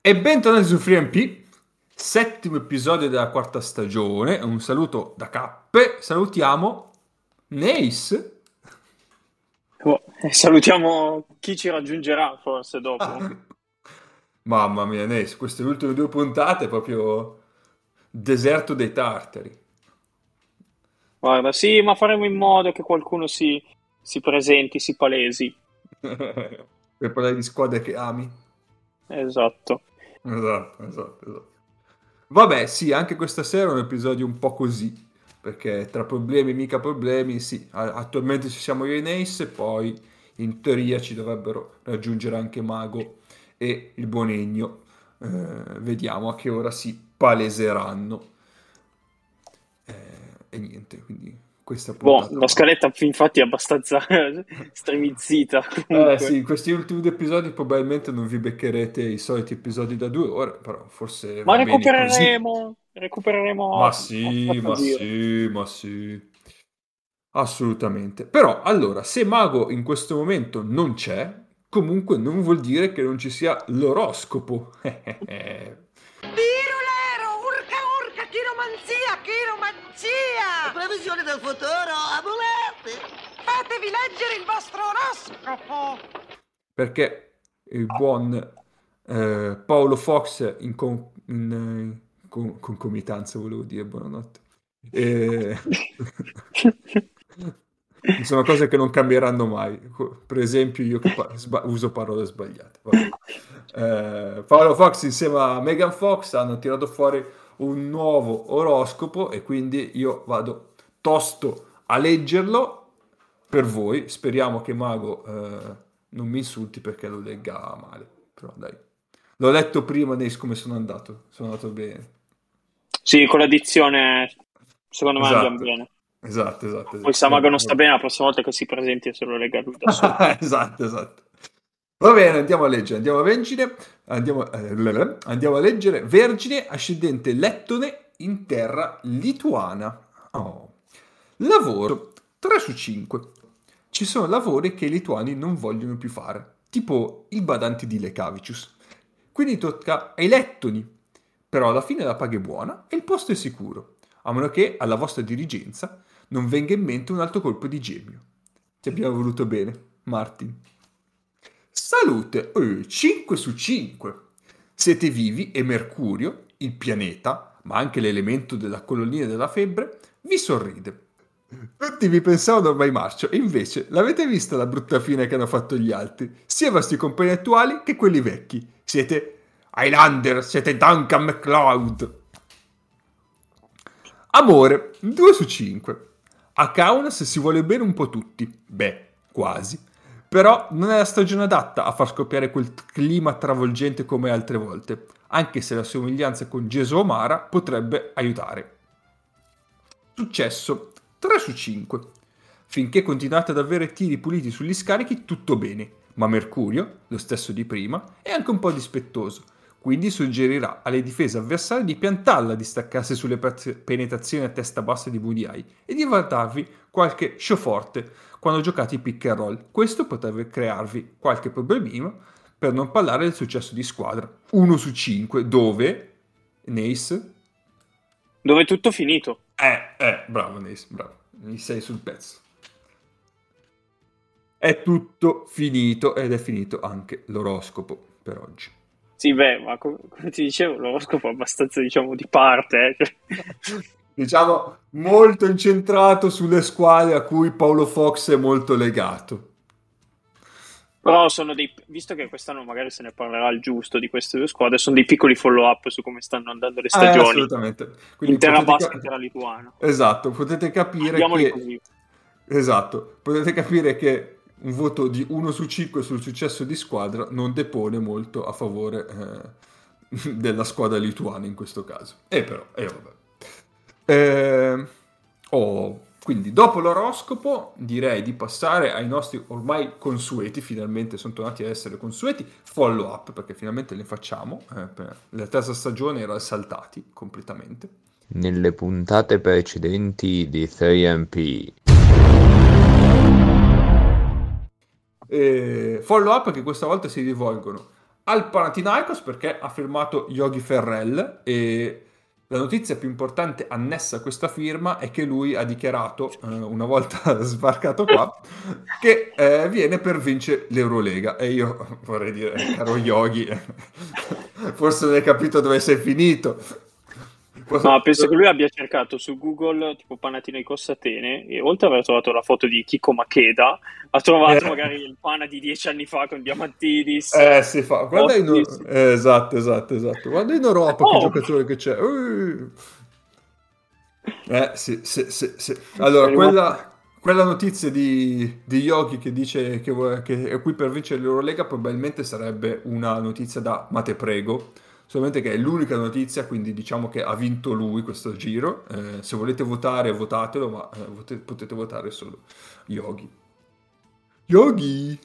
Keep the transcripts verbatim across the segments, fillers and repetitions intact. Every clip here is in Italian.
E bentornati su FreeMP, settimo episodio della quarta stagione. Un saluto da Cappe. Salutiamo Neis. Oh, e salutiamo chi ci raggiungerà forse dopo. Mamma mia, Neis, queste ultime due puntate è proprio deserto dei tartari. Guarda, sì, ma faremo in modo che qualcuno si, si presenti, si palesi. Per parlare di squadre che ami. Esatto. Esatto, esatto, esatto. Vabbè, sì, anche questa sera è un episodio un po' così, perché tra problemi e mica problemi, sì, a- attualmente ci siamo io e Nace, e poi in teoria ci dovrebbero raggiungere anche Mago e il buon Ennio. Eh, vediamo a che ora si paleseranno. Eh, e niente, quindi questa Boh, puntata la va. scaletta infatti è abbastanza stremizzita Eh comunque. sì, in questi ultimi due episodi probabilmente non vi beccherete i soliti episodi da due ore, però forse Ma va bene così. recupereremo, recupereremo Ma a, a sì, forza ma giro. sì, ma sì. Assolutamente. Però, allora, se Mago in questo momento non c'è, comunque non vuol dire che non ci sia l'oroscopo. Pirulero, urca urca, chiromanzia, chiromancia! Previsioni del futuro, amuleti! Fatevi leggere il vostro oroscopo! Perché il buon eh, Paolo Fox in, con- in, eh, con- concomitanza, volevo dire, buonanotte. Eh, sono cose che non cambieranno mai. Per esempio, io che pa- sba- uso parole sbagliate. Vabbè. Eh, Paolo Fox insieme a Megan Fox hanno tirato fuori un nuovo oroscopo e quindi io vado tosto a leggerlo per voi. Speriamo che Mago eh, non mi insulti perché lo legga male. Però dai. L'ho letto prima di come sono andato. Sono andato bene. Sì, con l'addizione secondo me andiamo Esatto. bene. Esatto, esatto, Poi esatto. se Amago Vabbè, non sta vabbè. bene, la prossima volta che si presenti se lo lega lui da solo. Esatto, esatto. Va bene, andiamo a leggere, andiamo a leggere, andiamo, eh, andiamo a leggere Vergine ascendente Lettone in terra lituana. Oh. Lavoro tre su cinque. Ci sono lavori che i lituani non vogliono più fare, tipo il badante di Lecavicius. Quindi tocca ai lettoni. Però alla fine la paga è buona e il posto è sicuro, a meno che alla vostra dirigenza non venga in mente un altro colpo di genio. Ti abbiamo voluto bene, Martin. Salute, eh, cinque su cinque. Siete vivi e Mercurio, il pianeta, ma anche l'elemento della colonia della febbre, vi sorride. Tutti vi pensavano ormai marcio, e invece l'avete vista la brutta fine che hanno fatto gli altri, sia i vostri compagni attuali che quelli vecchi. Siete Highlander, siete Duncan MacLeod. Amore, due su cinque. A Kaunas si vuole bene un po' tutti. Beh, quasi. Però non è la stagione adatta a far scoppiare quel clima travolgente come altre volte, anche se la somiglianza con Gesù Omara potrebbe aiutare. Successo tre su cinque. Finché continuate ad avere tiri puliti sugli scarichi, tutto bene, ma Mercurio, lo stesso di prima, è anche un po' dispettoso, quindi suggerirà alle difese avversarie di piantarla di staccarsi sulle penetrazioni a testa bassa di V D I e di guardarvi qualche show forte quando giocate i pick and roll. Questo potrebbe crearvi qualche problemino, per non parlare del successo di squadra. uno su cinque, dove Nace. Dove è tutto finito. Eh, eh, bravo Nace, bravo. Mi sei sul pezzo. È tutto finito ed è finito anche l'oroscopo per oggi. Sì, beh, ma co- come ti dicevo, l'oroscopo è abbastanza, diciamo, di parte. eh, cioè. Diciamo molto incentrato sulle squadre a cui Paolo Fox è molto legato. Però sono dei, visto che quest'anno magari se ne parlerà il giusto di queste due squadre, sono dei piccoli follow-up su come stanno andando le Eh, stagioni. assolutamente. Quindi Intera potete cap- basket era lituano. esatto, potete capire Diamoli che così. esatto, potete capire che un voto di uno su cinque sul successo di squadra non depone molto a favore eh, della squadra lituana in questo caso. E però, e vabbè. Eh, oh, quindi dopo l'oroscopo direi di passare ai nostri ormai consueti, finalmente sono tornati ad essere consueti, follow up perché finalmente li facciamo, eh, per la terza stagione era saltati completamente. Nelle puntate precedenti di tre M P. Eh, follow up che questa volta si rivolgono al Panathinaikos perché ha firmato Yogi Ferrell e la notizia più importante annessa a questa firma è che lui ha dichiarato, eh, una volta sbarcato qua, che eh, viene per vincere l'Eurolega. E io vorrei dire, caro Yogi, forse non hai capito dove sei finito. No, penso che lui abbia cercato su Google tipo Panathinaikos Atene e oltre ad aver trovato la foto di Kiko Makeda ha trovato Eh. magari il Pana di dieci anni fa con Diamantidis. Eh, si fa. Guarda in... Otis. eh, esatto, esatto, esatto. Guarda in Europa che Oh. giocatore che c'è. Uh. Eh, sì, sì, sì, sì. Allora, quella, quella notizia di, di Yogi che dice che, vuole- che è qui per vincere l'Eurolega probabilmente sarebbe una notizia da Mate Prego, solamente che è l'unica notizia, quindi diciamo che ha vinto lui questo giro. Eh, se volete votare, votatelo, ma eh, vote- potete votare solo Yogi. Yogi!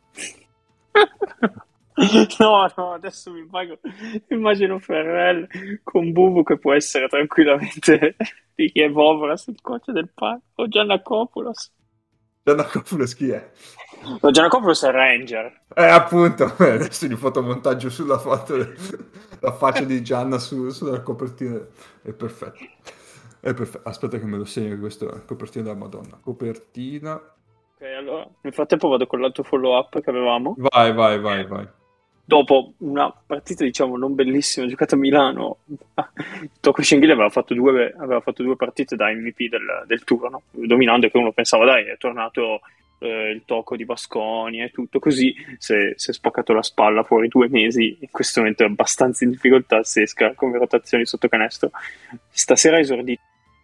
No, no, adesso mi pago. Immagino Ferrell con Bubu che può essere tranquillamente di chi è Vovras, il coach del Pana, o Giannakopoulos. Giannakopoulos chi è? No, Giannakopoulos è Ranger. Eh, appunto, eh, adesso gli fotomontaggio sulla foto, la faccia di Gianna su- sulla copertina, è perfetto. È perfetto. Aspetta che me lo segno che questa è la copertina della Madonna. Copertina. Ok, allora, nel frattempo vado con l'altro follow up che avevamo. Vai, vai, vai, vai. Dopo una partita, diciamo, non bellissima, giocata a Milano, Tocco Schenghili aveva fatto due, aveva fatto due partite da M V P del, del turno, dominando, che uno pensava, dai, è tornato eh, il tocco di Baskonia e tutto così, si è spaccato la spalla fuori due mesi, in questo momento è abbastanza in difficoltà, Sesca, come rotazioni sotto canestro. Stasera ha esordito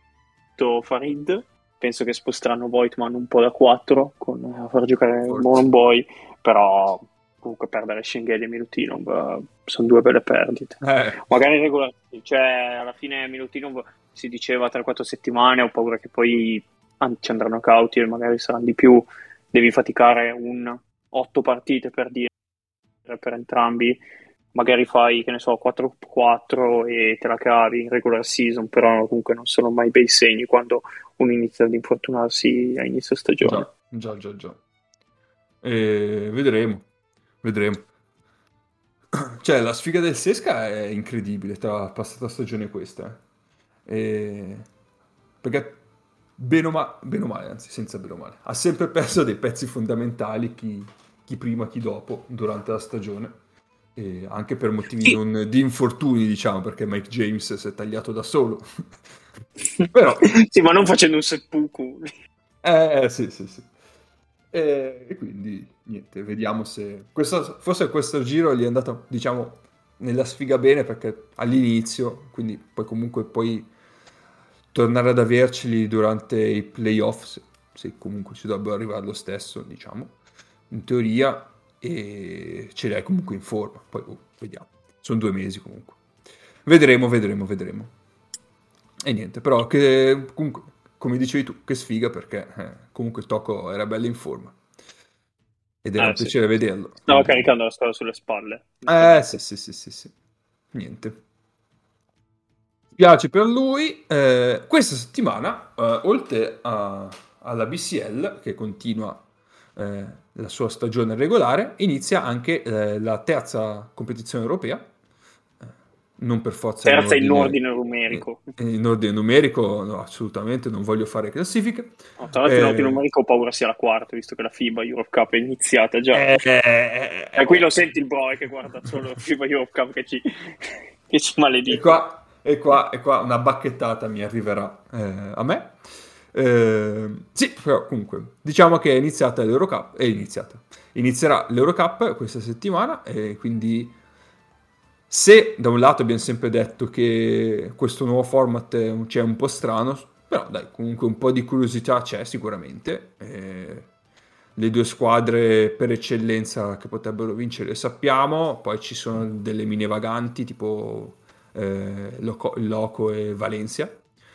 Farid, penso che sposteranno Voigtman un po' da quattro, con, a far giocare Moron Boy, però... comunque perdere Schengelli e Milutinov sono due belle perdite. Eh, Magari regolari, cioè alla fine Milutinov si diceva tre quattro settimane, ho paura che poi an- ci andranno cauti e magari saranno di più, devi faticare un otto partite per dire per entrambi, magari fai che ne so quattro quattro e te la cavi in regular season, però comunque non sono mai bei segni quando uno inizia ad infortunarsi a inizio stagione. già, già, già, già. E vedremo. Vedremo. Cioè, la sfiga del Sesca è incredibile tra passata stagione e questa. eh. E... Perché, bene o, ma- bene o male, anzi, senza bene o male, ha sempre perso dei pezzi fondamentali, chi, chi prima, chi dopo, durante la stagione. E anche per motivi Sì. non di infortuni, diciamo, perché Mike James si è tagliato da solo. Però... Sì, ma non facendo un seppuku. Eh, sì, sì, sì. E, e quindi niente, vediamo se questo, forse questo giro gli è andato, diciamo, nella sfiga bene perché all'inizio, quindi poi comunque poi tornare ad averceli durante i playoff, se, se comunque ci dovrebbero arrivare lo stesso, diciamo, in teoria, e ce li hai comunque in forma. Poi oh, vediamo, sono due mesi comunque. Vedremo, vedremo, vedremo. E niente, però che comunque, come dicevi tu, che sfiga perché eh, comunque Tocco era bello in forma ed era Eh, un sì. piacere vederlo. Stava Quindi- caricando la squadra sulle spalle. Eh sì, sì, sì, sì, sì. Niente. Spiace per lui. Eh, questa settimana, eh, oltre a- alla B C L, che continua eh, la sua stagione regolare, inizia anche eh, la terza competizione europea. Eh, Non per forza Terza in ordine, ordine numerico. eh, in ordine numerico, no, assolutamente, non voglio fare classifiche. No, tra l'altro in ordine Eh, numerico ho paura sia la quarta, visto che la FIBA Europe Cup è iniziata già. eh, eh, E qui lo senti il Broe che guarda solo la FIBA Europe Cup che ci, che ci E maledice. qua, e, qua, e qua una bacchettata mi arriverà eh, a me. Eh, sì, però comunque, diciamo che è iniziata l'Eurocup, è iniziata. Inizierà l'Eurocup questa settimana e quindi se da un lato abbiamo sempre detto che questo nuovo format è un, cioè, un po' strano, però dai, comunque un po' di curiosità c'è sicuramente. Eh, le due squadre per eccellenza che potrebbero vincere le sappiamo, poi ci sono delle mine vaganti tipo eh, Loco, Loco e Valencia.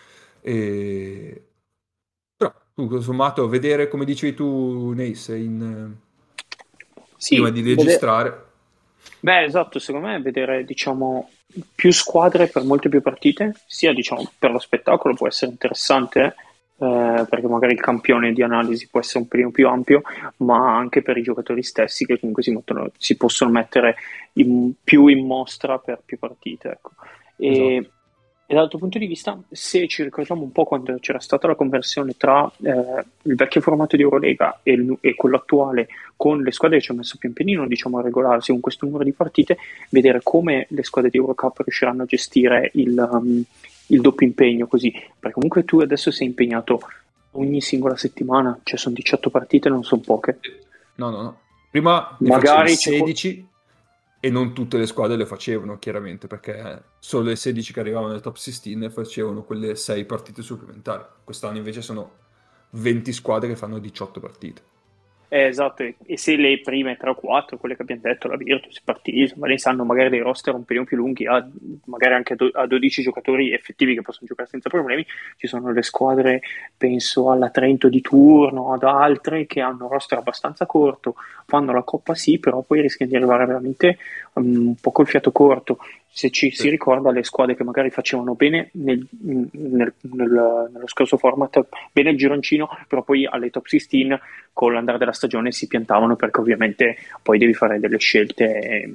E... Però, tutto sommato, vedere, come dicevi tu, Neis, in, Sì, prima di vede- registrare. Beh, esatto, secondo me vedere, diciamo, più squadre per molte più partite, sia, diciamo, per lo spettacolo può essere interessante, eh, perché magari il campione di analisi può essere un pelino più ampio, ma anche per i giocatori stessi che comunque si, mettono- si possono mettere in- più in mostra per più partite. Ecco. E, Esatto. e dall'altro punto di vista, se ci ricordiamo un po' quando c'era stata la conversione tra eh, il vecchio formato di Eurolega e, il- e quello attuale, con le squadre che ci hanno messo più impegnino, diciamo, a regolarsi con questo numero di partite, vedere come le squadre di Eurocup riusciranno a gestire il, um, il doppio impegno così, perché comunque tu adesso sei impegnato ogni singola settimana, cioè sono diciotto partite, non sono poche. No, no, no. Prima ne facevi Magari c'è qual- sedici e non tutte le squadre le facevano, chiaramente, perché solo le sedici che arrivavano nel top sedici facevano quelle sei partite supplementari. Quest'anno invece sono venti squadre che fanno diciotto partite. Eh, esatto, e e se le prime tre o quattro, quelle che abbiamo detto, la Virtus, il Partizan, magari sanno magari dei roster un pelino più lunghi, a, magari anche a, do- a dodici giocatori effettivi che possono giocare senza problemi, ci sono le squadre, penso alla Trento di turno, ad altre che hanno un roster abbastanza corto, fanno la Coppa sì, però poi rischiano di arrivare veramente um, un po' col fiato corto. Se ci si ricorda le squadre che magari facevano bene nel, nel- nel- nello scorso format, bene il gironcino, però poi alle top sedici con l'andare della stagione si piantavano perché ovviamente poi devi fare delle scelte e,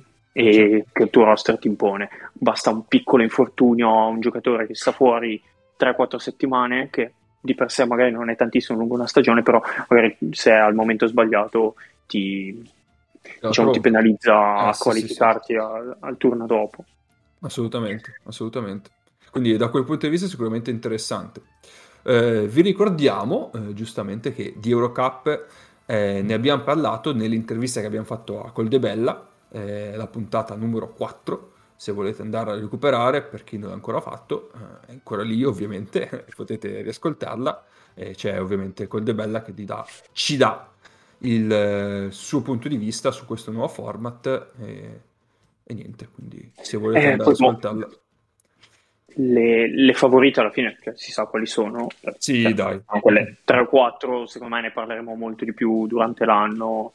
e che il tuo roster ti impone. Basta un piccolo infortunio a un giocatore che sta fuori tre quattro settimane, che di per sé magari non è tantissimo lungo una stagione, però magari se è al momento sbagliato ti, diciamo, ti penalizza Eh, a sì, sì, sì. qualificarti al, al turno dopo. Assolutamente, assolutamente. Quindi da quel punto di vista è sicuramente interessante. Eh, vi ricordiamo eh, giustamente che di Eurocup eh, ne abbiamo parlato nell'intervista che abbiamo fatto a Coldebella, eh, la puntata numero quattro. Se volete andare a recuperare, per chi non l'ha ancora fatto, eh, è ancora lì ovviamente, potete riascoltarla. Eh, c'è ovviamente Coldebella che ti dà, ci dà il eh, suo punto di vista su questo nuovo format. E, e niente, quindi se volete Eh, andare ad poi, boh, ascoltarla. le, le favorite alla fine, cioè, si sa quali sono, eh, Sì, cioè, dai. sono quelle tre o quattro, secondo me ne parleremo molto di più durante l'anno.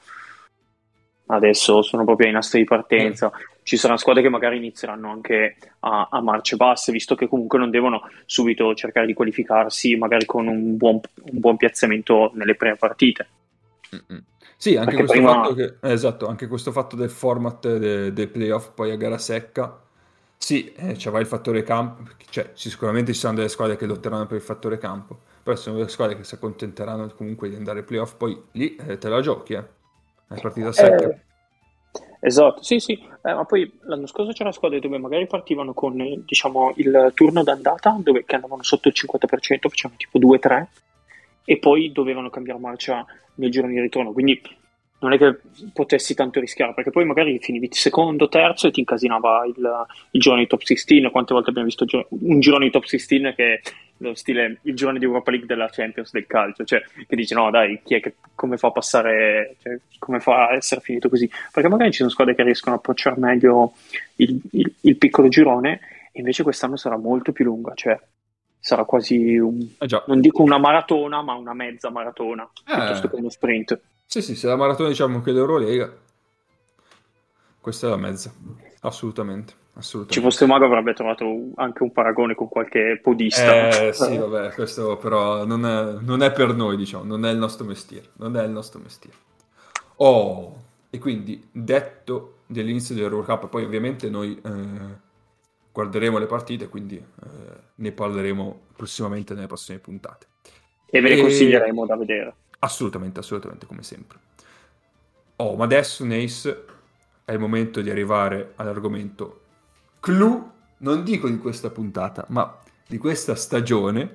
Adesso sono proprio ai nastri di Eh, partenza. Ci saranno squadre che magari inizieranno anche a, a marce basse, visto che comunque non devono subito cercare di qualificarsi, magari con un buon, un buon piazzamento nelle prime partite. mm-mm. Sì, anche Perché questo prima, fatto che, eh, esatto, anche questo fatto del format de- dei playoff poi a gara secca, sì, eh, c'è va il fattore campo, cioè sì, sicuramente ci saranno delle squadre che lotteranno per il fattore campo, però ci sono delle squadre che si accontenteranno comunque di andare ai playoff, poi lì eh, te la giochi, eh, è partita secca. eh, esatto, sì, sì, eh, ma poi l'anno scorso c'erano squadre dove magari partivano con, eh, diciamo, il turno d'andata, dove che andavano sotto il cinquanta per cento, facevano tipo due tre, e poi dovevano cambiare marcia nel giorno di ritorno, quindi non è che potessi tanto rischiare, perché poi magari finivi secondo, terzo e ti incasinava il, il girone di top sedici. Quante volte abbiamo visto gio- un girone di top sedici che è lo stile il girone di Europa League della Champions del calcio, cioè che dici no dai, chi è che, come fa a passare, cioè, come fa a essere finito così, perché magari ci sono squadre che riescono a approcciare meglio il, il, il piccolo girone, e invece quest'anno sarà molto più lunga, cioè sarà quasi un, Eh già, non dico una maratona, ma una mezza maratona piuttosto eh, che uno sprint. sì, sì, se la maratona diciamo che l'Eurolega, questa è la mezza, assolutamente, Ci assolutamente. fosse Mago avrebbe trovato anche un paragone con qualche podista. Eh sì, vabbè, questo però non è, non è per noi, diciamo, non è il nostro mestiere, non è il nostro mestiere. Oh, e quindi detto dell'inizio dell'Eurocup, poi ovviamente noi eh, guarderemo le partite, quindi eh, ne parleremo prossimamente nelle prossime puntate. E ve le E consiglieremo da vedere. assolutamente, assolutamente, come sempre. Oh, ma adesso, Nace, è il momento di arrivare all'argomento clou, non dico di questa puntata, ma di questa stagione,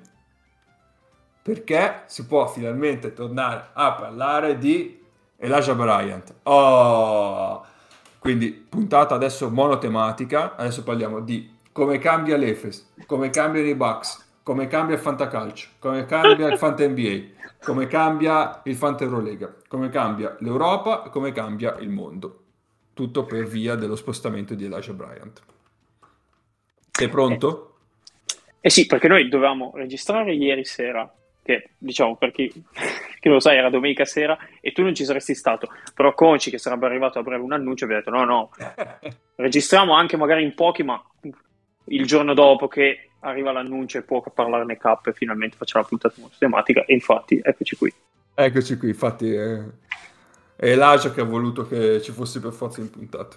perché si può finalmente tornare a parlare di Elijah Bryant. Oh! Quindi puntata adesso monotematica, adesso parliamo di come cambia l'Efes, come cambiano i Bucks, come cambia il Fantacalcio, come cambia il Fanta N B A, come cambia il Fanta Eurolega, come cambia l'Europa e come cambia il mondo. Tutto per via dello spostamento di Elijah Bryant. Sei Eh, pronto? eh sì, perché noi dovevamo registrare ieri sera, che diciamo per chi, chi non lo sa era domenica sera e tu non ci saresti stato, però Conci che sarebbe arrivato a breve un annuncio aveva detto no no, registriamo anche magari in pochi, ma il giorno dopo che arriva l'annuncio e può parlarne K e finalmente facciamo la puntata molto tematica, e infatti eccoci qui. Eccoci qui, infatti è, è Elijah che ha voluto che ci fosse per forza in puntata.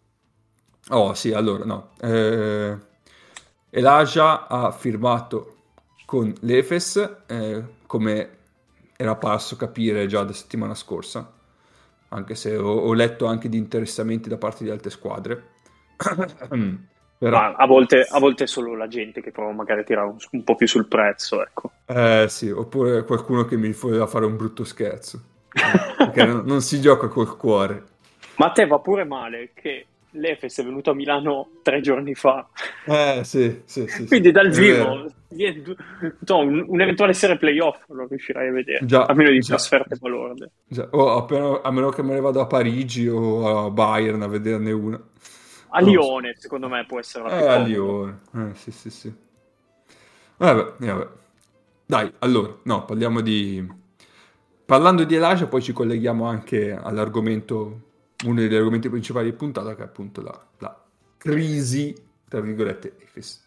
Oh sì, allora no. Eh, Elijah ha firmato con l'Efes, eh, come era parso capire già la settimana scorsa, anche se ho, ho letto anche di interessamenti da parte di altre squadre. Però, Ma a volte, a volte è solo la gente che prova magari a tirare un, un po' più sul prezzo, ecco. eh, sì, oppure qualcuno che mi voleva fare un brutto scherzo, perché non, non si gioca col cuore. Ma a te va pure male che l'Efes è venuto a Milano tre giorni fa. Eh, sì, sì, sì. Quindi sì, dal è vivo vero. viene- no, un, un eventuale serie playoff lo riuscirai a vedere, Già, a meno di già. trasferte balorde. Già, o appena- a meno che me ne vado a Parigi o a Bayern a vederne una. A Non lo so. Lione, secondo me, può essere la Eh, più a comoda. Lione. Eh, sì, sì, sì. Vabbè, vabbè. Dai, allora, no, parliamo di... Parlando di Elijah, poi ci colleghiamo anche all'argomento, uno degli argomenti principali di puntata, che è appunto la, la crisi, tra virgolette, Efes.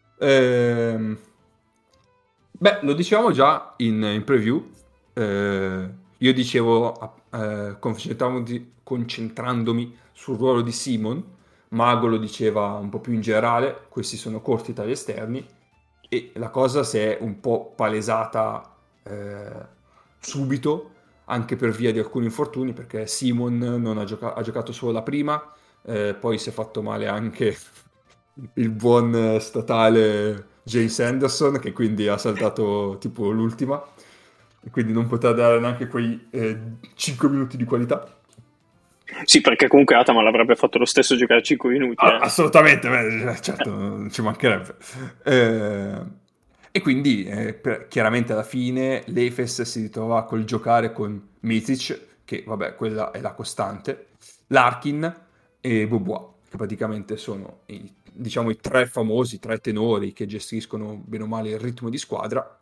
Ehm, Beh, lo dicevamo già in, in preview. Eh, io dicevo, eh, concentrandomi, concentrandomi sul ruolo di Simon. Mago lo diceva un po' più in generale, questi sono corti tra gli esterni, e la cosa si è un po' palesata eh, subito, anche per via di alcuni infortuni, perché Simon non ha, gioca- ha giocato solo la prima, eh, poi si è fatto male anche il buon eh, statale James Anderson, che quindi ha saltato tipo l'ultima, e quindi non potrà dare neanche quei eh, cinque minuti di qualità. Sì, perché comunque Ataman l'avrebbe fatto lo stesso giocare cinque minuti. Ah, Eh. assolutamente, beh, certo, non ci mancherebbe. Eh, e quindi, eh, per- chiaramente alla fine, l'Efes si ritrova col giocare con Mitic, che vabbè, quella è la costante, Larkin e Bobois, che praticamente sono i, diciamo, i tre famosi, tre tenori che gestiscono bene o male il ritmo di squadra,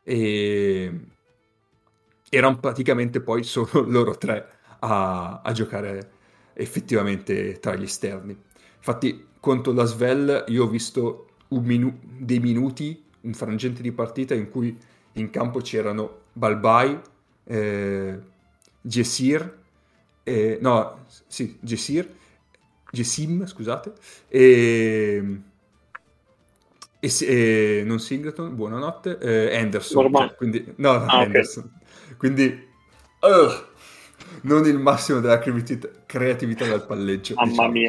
e erano praticamente poi solo loro tre a, a giocare effettivamente tra gli esterni. Infatti, contro la Svel io ho visto un minu- dei minuti, un frangente di partita in cui in campo c'erano Balbai, eh, Gesir, eh, no, sì, Gesir, Gesim, scusate, e, e, si- e non Singleton, buonanotte, eh, Anderson, Ormai. cioè, quindi, no, no, Ah, ok. Anderson. Quindi, ugh, non il massimo della creatività, creatività del palleggio, Mamma diciamo. mia.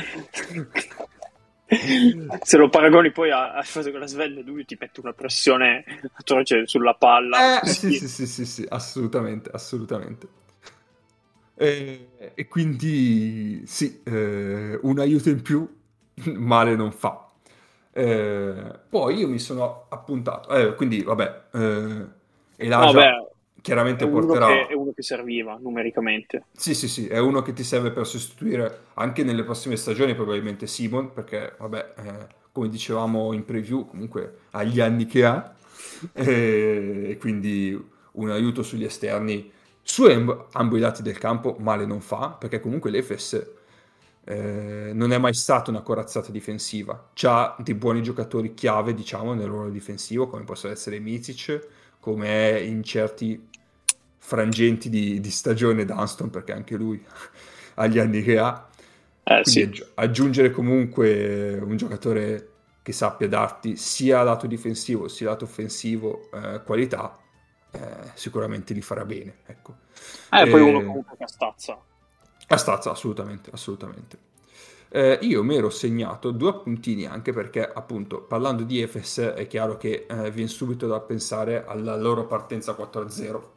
Se lo paragoni poi a, a fase con la Sven, lui ti mette una pressione atroce sulla palla. Eh, sì, Così. sì, sì, sì, sì, assolutamente, assolutamente. E, e quindi, sì, eh, un aiuto in più male non fa. Eh, poi io mi sono appuntato, eh, quindi vabbè, eh, No, beh, Elijah è chiaramente uno che, è porterà. uno che serviva numericamente. Sì, sì, sì, è uno che ti serve per sostituire anche nelle prossime stagioni, probabilmente Simon, perché, vabbè, eh, come dicevamo in preview, comunque ha gli anni che ha, e, e quindi un aiuto sugli esterni, su amb- ambo i lati del campo, male non fa, perché comunque l'Efes eh, non è mai stata una corazzata difensiva. C'ha dei buoni giocatori chiave, diciamo, nel ruolo difensivo, come possono essere Micic, come è in certi frangenti di, di stagione Dunston, perché anche lui ha gli anni che ha. Eh Quindi sì. aggi- aggiungere comunque un giocatore che sappia darti sia lato difensivo sia lato offensivo eh, qualità, eh, sicuramente li farà bene. Ecco. Eh, poi uno E... comunque che stazza. A stazza, assolutamente, assolutamente. Eh, io mi ero segnato due appuntini anche perché, appunto, parlando di Efes, è chiaro che eh, viene subito da pensare alla loro partenza quattro a zero.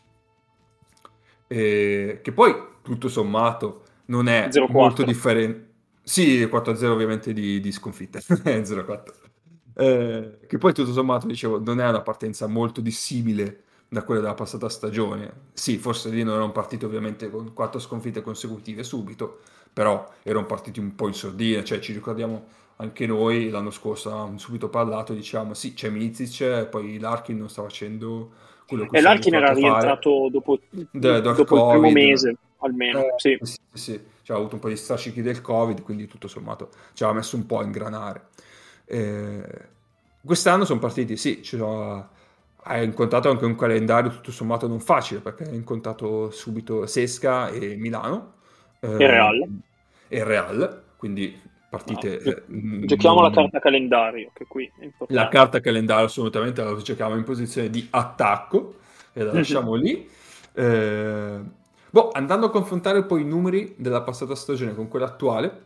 Eh, che poi, tutto sommato, non è molto zero quattro. differente. Sì, quattro a zero ovviamente di, di sconfitta, zero a quattro. Eh, che poi, tutto sommato, dicevo, non è una partenza molto dissimile da quella della passata stagione. Sì, forse lì non erano partiti ovviamente con quattro sconfitte consecutive subito, però erano partiti un po' in sordina, cioè ci ricordiamo anche noi l'anno scorso avevamo subito parlato, diciamo sì, c'è Mizic, poi Larkin non sta facendo quello che E si è l'Arkin era abituato a fare, rientrato dopo, da- dal dopo il primo Covid, mese, almeno. eh, Sì. sì, sì, sì, cioè, ha avuto un po' di strascichi del Covid, quindi tutto sommato ci aveva messo un po' a ingranare. Eh, Quest'anno sono partiti, sì, ci sono, hai incontrato anche un calendario tutto sommato non facile, perché hai incontrato subito Sesca e Milano Il eh, Real. e il Real, quindi No, partite gio- eh, giochiamo la non... carta calendario, che qui è La importante. carta calendario assolutamente la giochiamo in posizione di attacco e la Mhm. lasciamo lì. Eh, boh, andando a confrontare poi i numeri della passata stagione con quella attuale,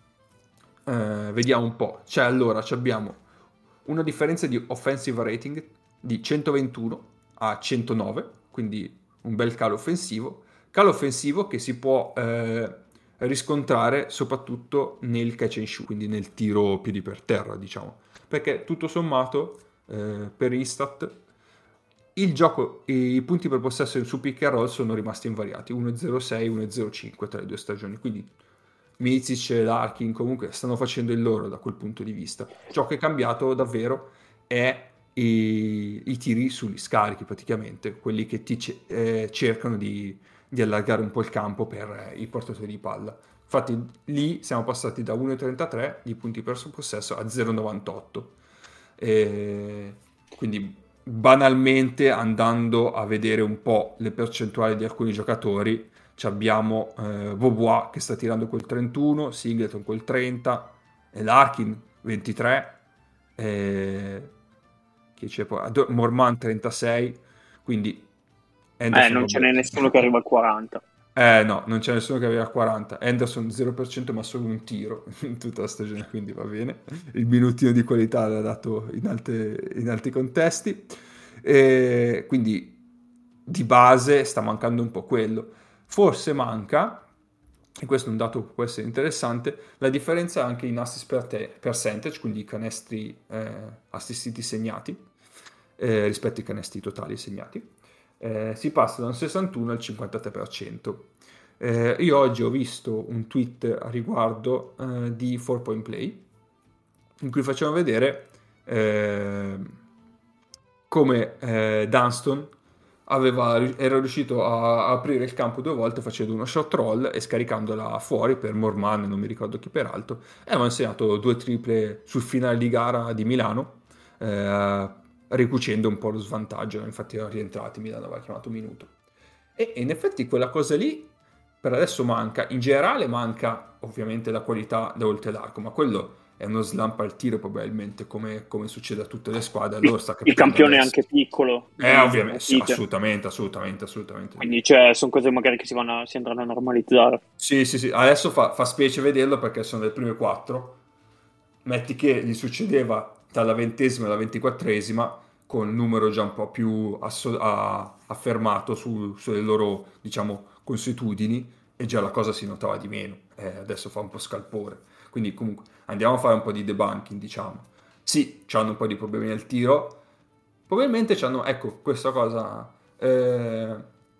eh, vediamo un po'. Cioè, allora, ci abbiamo una differenza di offensive rating di centoventuno a centonove, quindi un bel calo offensivo. Calo offensivo che si può eh, riscontrare soprattutto nel catch and shoot, quindi nel tiro piedi per terra, diciamo. Perché tutto sommato, eh, per Instat, il gioco, i punti per possesso su pick and roll sono rimasti invariati, uno virgola zero sei, uno virgola zero cinque tra le due stagioni, quindi Mizic e Larkin comunque stanno facendo il loro da quel punto di vista. Ciò che è cambiato davvero è i, i tiri sugli scarichi praticamente, quelli che ti ce- eh, cercano di, di allargare un po' il campo per eh, i portatori di palla. Infatti lì siamo passati da uno virgola trentatré di punti per possesso a zero virgola novantotto. E quindi banalmente andando a vedere un po' le percentuali di alcuni giocatori, ci abbiamo eh, Bobois che sta tirando col trentuno, Singleton col trenta, e Larkin ventitré, e... chi c'è poi? Ado- Morman trentasei, quindi Eh, Henderson non ce vabbè. n'è nessuno che arriva al quaranta. Eh no, non c'è nessuno che aveva quaranta. Henderson zero per cento ma solo un tiro in tutta la stagione, quindi va bene. Il minutino di qualità l'ha dato in, alte- in altri contesti. E quindi di base sta mancando un po' quello. Forse manca, e questo è un dato che può essere interessante, la differenza anche in assist per te- percentage, quindi i canestri eh, assistiti segnati, eh, rispetto ai canestri totali segnati. Eh, si passa da un sessantuno al cinquantatré per cento. Eh, io oggi ho visto un tweet a riguardo eh, di four Point Play in cui facevano vedere eh, come eh, Dunston aveva, era riuscito a, a aprire il campo due volte facendo uno shot roll e scaricandola fuori per Morman, non mi ricordo chi peraltro, e aveva segnato due triple sul finale di gara di Milano, eh, ricucendo un po' lo svantaggio, infatti erano rientrati, Milano aveva chiamato minuto. E, e in effetti quella cosa lì per adesso manca, in generale manca ovviamente la qualità da oltre l'arco, ma quello è uno slump al tiro probabilmente come, come succede a tutte le squadre, Il, allora sta il capitando campione è adesso. anche piccolo Eh, di, di ovviamente, sì, partite, assolutamente, assolutamente, assolutamente. quindi cioè, sono cose magari che si, vanno, si andranno a normalizzare. Sì, sì, sì, adesso fa, fa specie vederlo perché sono le prime quattro. Metti che gli succedeva dalla ventesima alla ventiquattresima con un numero già un po' più asso- a- affermato su- sulle loro, diciamo, consuetudini e già la cosa si notava di meno. Eh, adesso fa un po' scalpore. Quindi comunque andiamo a fare un po' di debunking, diciamo. Sì, hanno un po' di problemi nel tiro. Probabilmente c'hanno, ecco, questa cosa... Eh,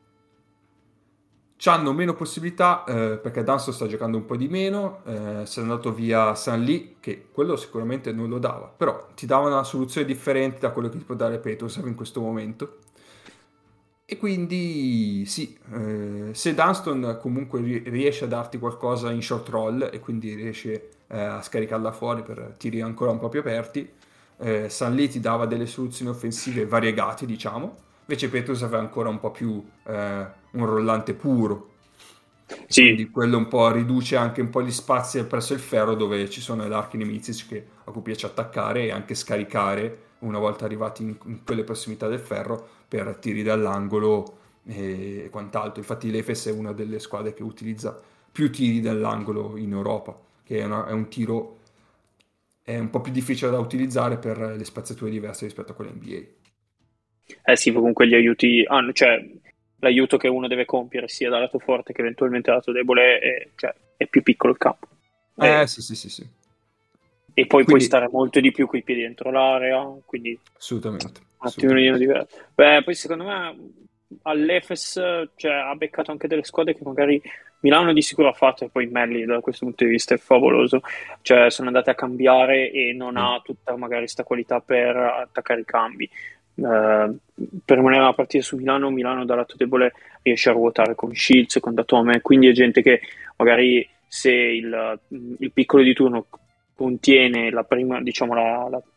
C'hanno meno possibilità eh, perché Danso sta giocando un po' di meno, eh, se è andato via San Lee, che quello sicuramente non lo dava, però ti dava una soluzione differente da quello che ti può dare Petrosov in questo momento. E quindi sì, eh, se Dunston comunque ri- riesce a darti qualcosa in short roll e quindi riesce eh, a scaricarla fuori per tiri ancora un po' più aperti, eh, San Lee ti dava delle soluzioni offensive variegate, diciamo, invece Petrus aveva ancora un po' più eh, un rollante puro e Sì, quindi quello un po' riduce anche un po' gli spazi presso il ferro dove ci sono Larkin e Mizic che a cui piace attaccare e anche scaricare una volta arrivati in, in quelle prossimità del ferro per tiri dall'angolo e quant'altro. Infatti l'Efes è una delle squadre che utilizza più tiri dall'angolo in Europa, che è, una- è un tiro è un po' più difficile da utilizzare per le spaziature diverse rispetto a quelle N B A. eh sì, comunque gli aiuti hanno, cioè l'aiuto che uno deve compiere sia dal lato forte che eventualmente dal lato debole è, cioè, è più piccolo il campo. Eh E, sì sì sì sì. e poi puoi Quindi stare molto di più coi piedi dentro l'area, quindi assolutamente, un attimino assolutamente. diverso. Beh, poi secondo me all'Efes cioè, ha beccato anche delle squadre che magari Milano di sicuro ha fatto, e poi Melli da questo punto di vista è favoloso, cioè sono andate a cambiare e non Sì. ha tutta magari sta qualità per attaccare i cambi. Eh, per rimanere a partire su Milano, Milano dal lato debole riesce a ruotare con Shields, con Datome, quindi è gente che magari se il, il piccolo di turno contiene la prima, diciamo la, la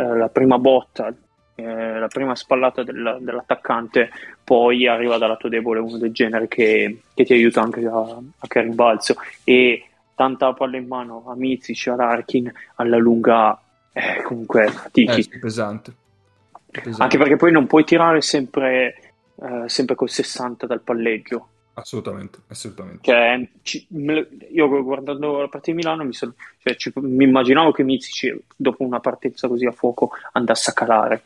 eh, la prima botta, eh, la prima spallata del, dell'attaccante, poi arriva dal lato debole uno del genere che, che ti aiuta anche a, a che rimbalzo, e tanta palla in mano a Micic, a Larkin, alla lunga eh, comunque fatichi. Eh, sì, pesante. pesante. Anche perché poi non puoi tirare sempre, eh, sempre col sessanta dal palleggio. Assolutamente, assolutamente. Cioè, ci, io guardando la partita di Milano mi, son, cioè, ci, mi immaginavo che Micic dopo una partenza così a fuoco andasse a calare,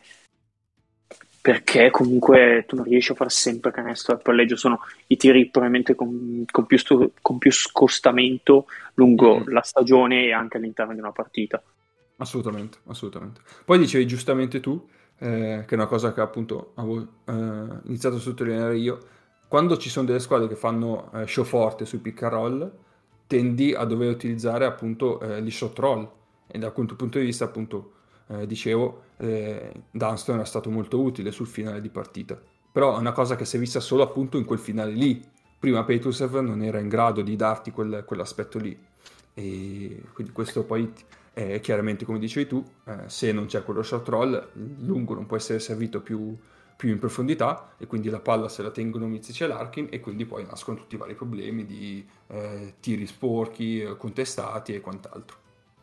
perché comunque tu non riesci a fare sempre canestro al palleggio, sono i tiri probabilmente con, con, più, stu, con più scostamento lungo mm-hmm. la stagione e anche all'interno di una partita. Assolutamente, assolutamente. Poi dicevi giustamente tu, eh, che è una cosa che appunto avevo eh, iniziato a sottolineare io, quando ci sono delle squadre che fanno eh, show forte sui pick and roll, tendi a dover utilizzare appunto eh, gli shot roll, e da questo punto di vista appunto eh, dicevo eh, Dunston è stato molto utile sul finale di partita, però è una cosa che si è vista solo appunto in quel finale lì. Prima Petrusev non era in grado di darti quel, quell'aspetto lì, e quindi questo poi eh, chiaramente, come dicevi tu, eh, se non c'è quello shot roll, lungo non può essere servito più più in profondità, e quindi la palla se la tengono Micic e Larkin, e quindi poi nascono tutti i vari problemi di eh, tiri sporchi, eh, contestati e quant'altro.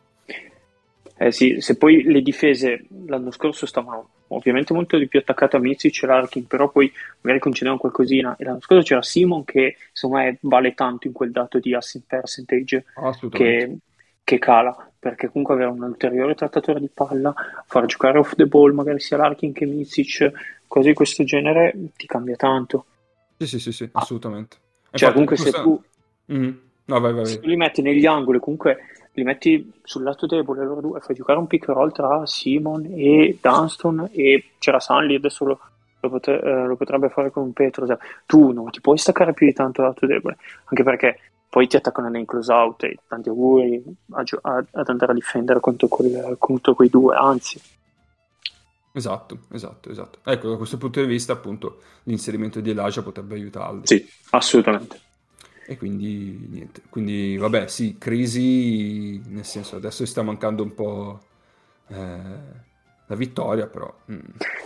Eh sì, se poi le difese l'anno scorso stavano ovviamente molto di più attaccate a Micic e Larkin, però poi magari concedevano qualcosina, e l'anno scorso c'era Simon che insomma vale tanto in quel dato di assist percentage che, che cala, perché comunque avere un ulteriore trattatore di palla, far giocare off the ball magari sia Larkin che Micic, cose di questo genere ti cambia tanto. Sì, sì, sì, sì, assolutamente. Ah. Cioè, comunque se tu, mm-hmm. no, vai, vai, se tu li metti negli angoli, comunque li metti sul lato debole loro due, fai giocare un pick and roll tra Simon e Dunston, e c'era Stanley, adesso lo, lo, potre, eh, lo potrebbe fare con Petro. Cioè, tu non ti puoi staccare più di tanto dal lato debole, anche perché poi ti attaccano nei close out e tanti auguri a, a, ad andare a difendere contro, quel, contro quei due, anzi. Esatto, esatto, esatto. Ecco, da questo punto di vista, appunto, l'inserimento di Elijah potrebbe aiutarli. Sì, assolutamente. E quindi, niente. Quindi, vabbè, sì, crisi, nel senso, adesso sta mancando un po' eh, la vittoria, però... Mm.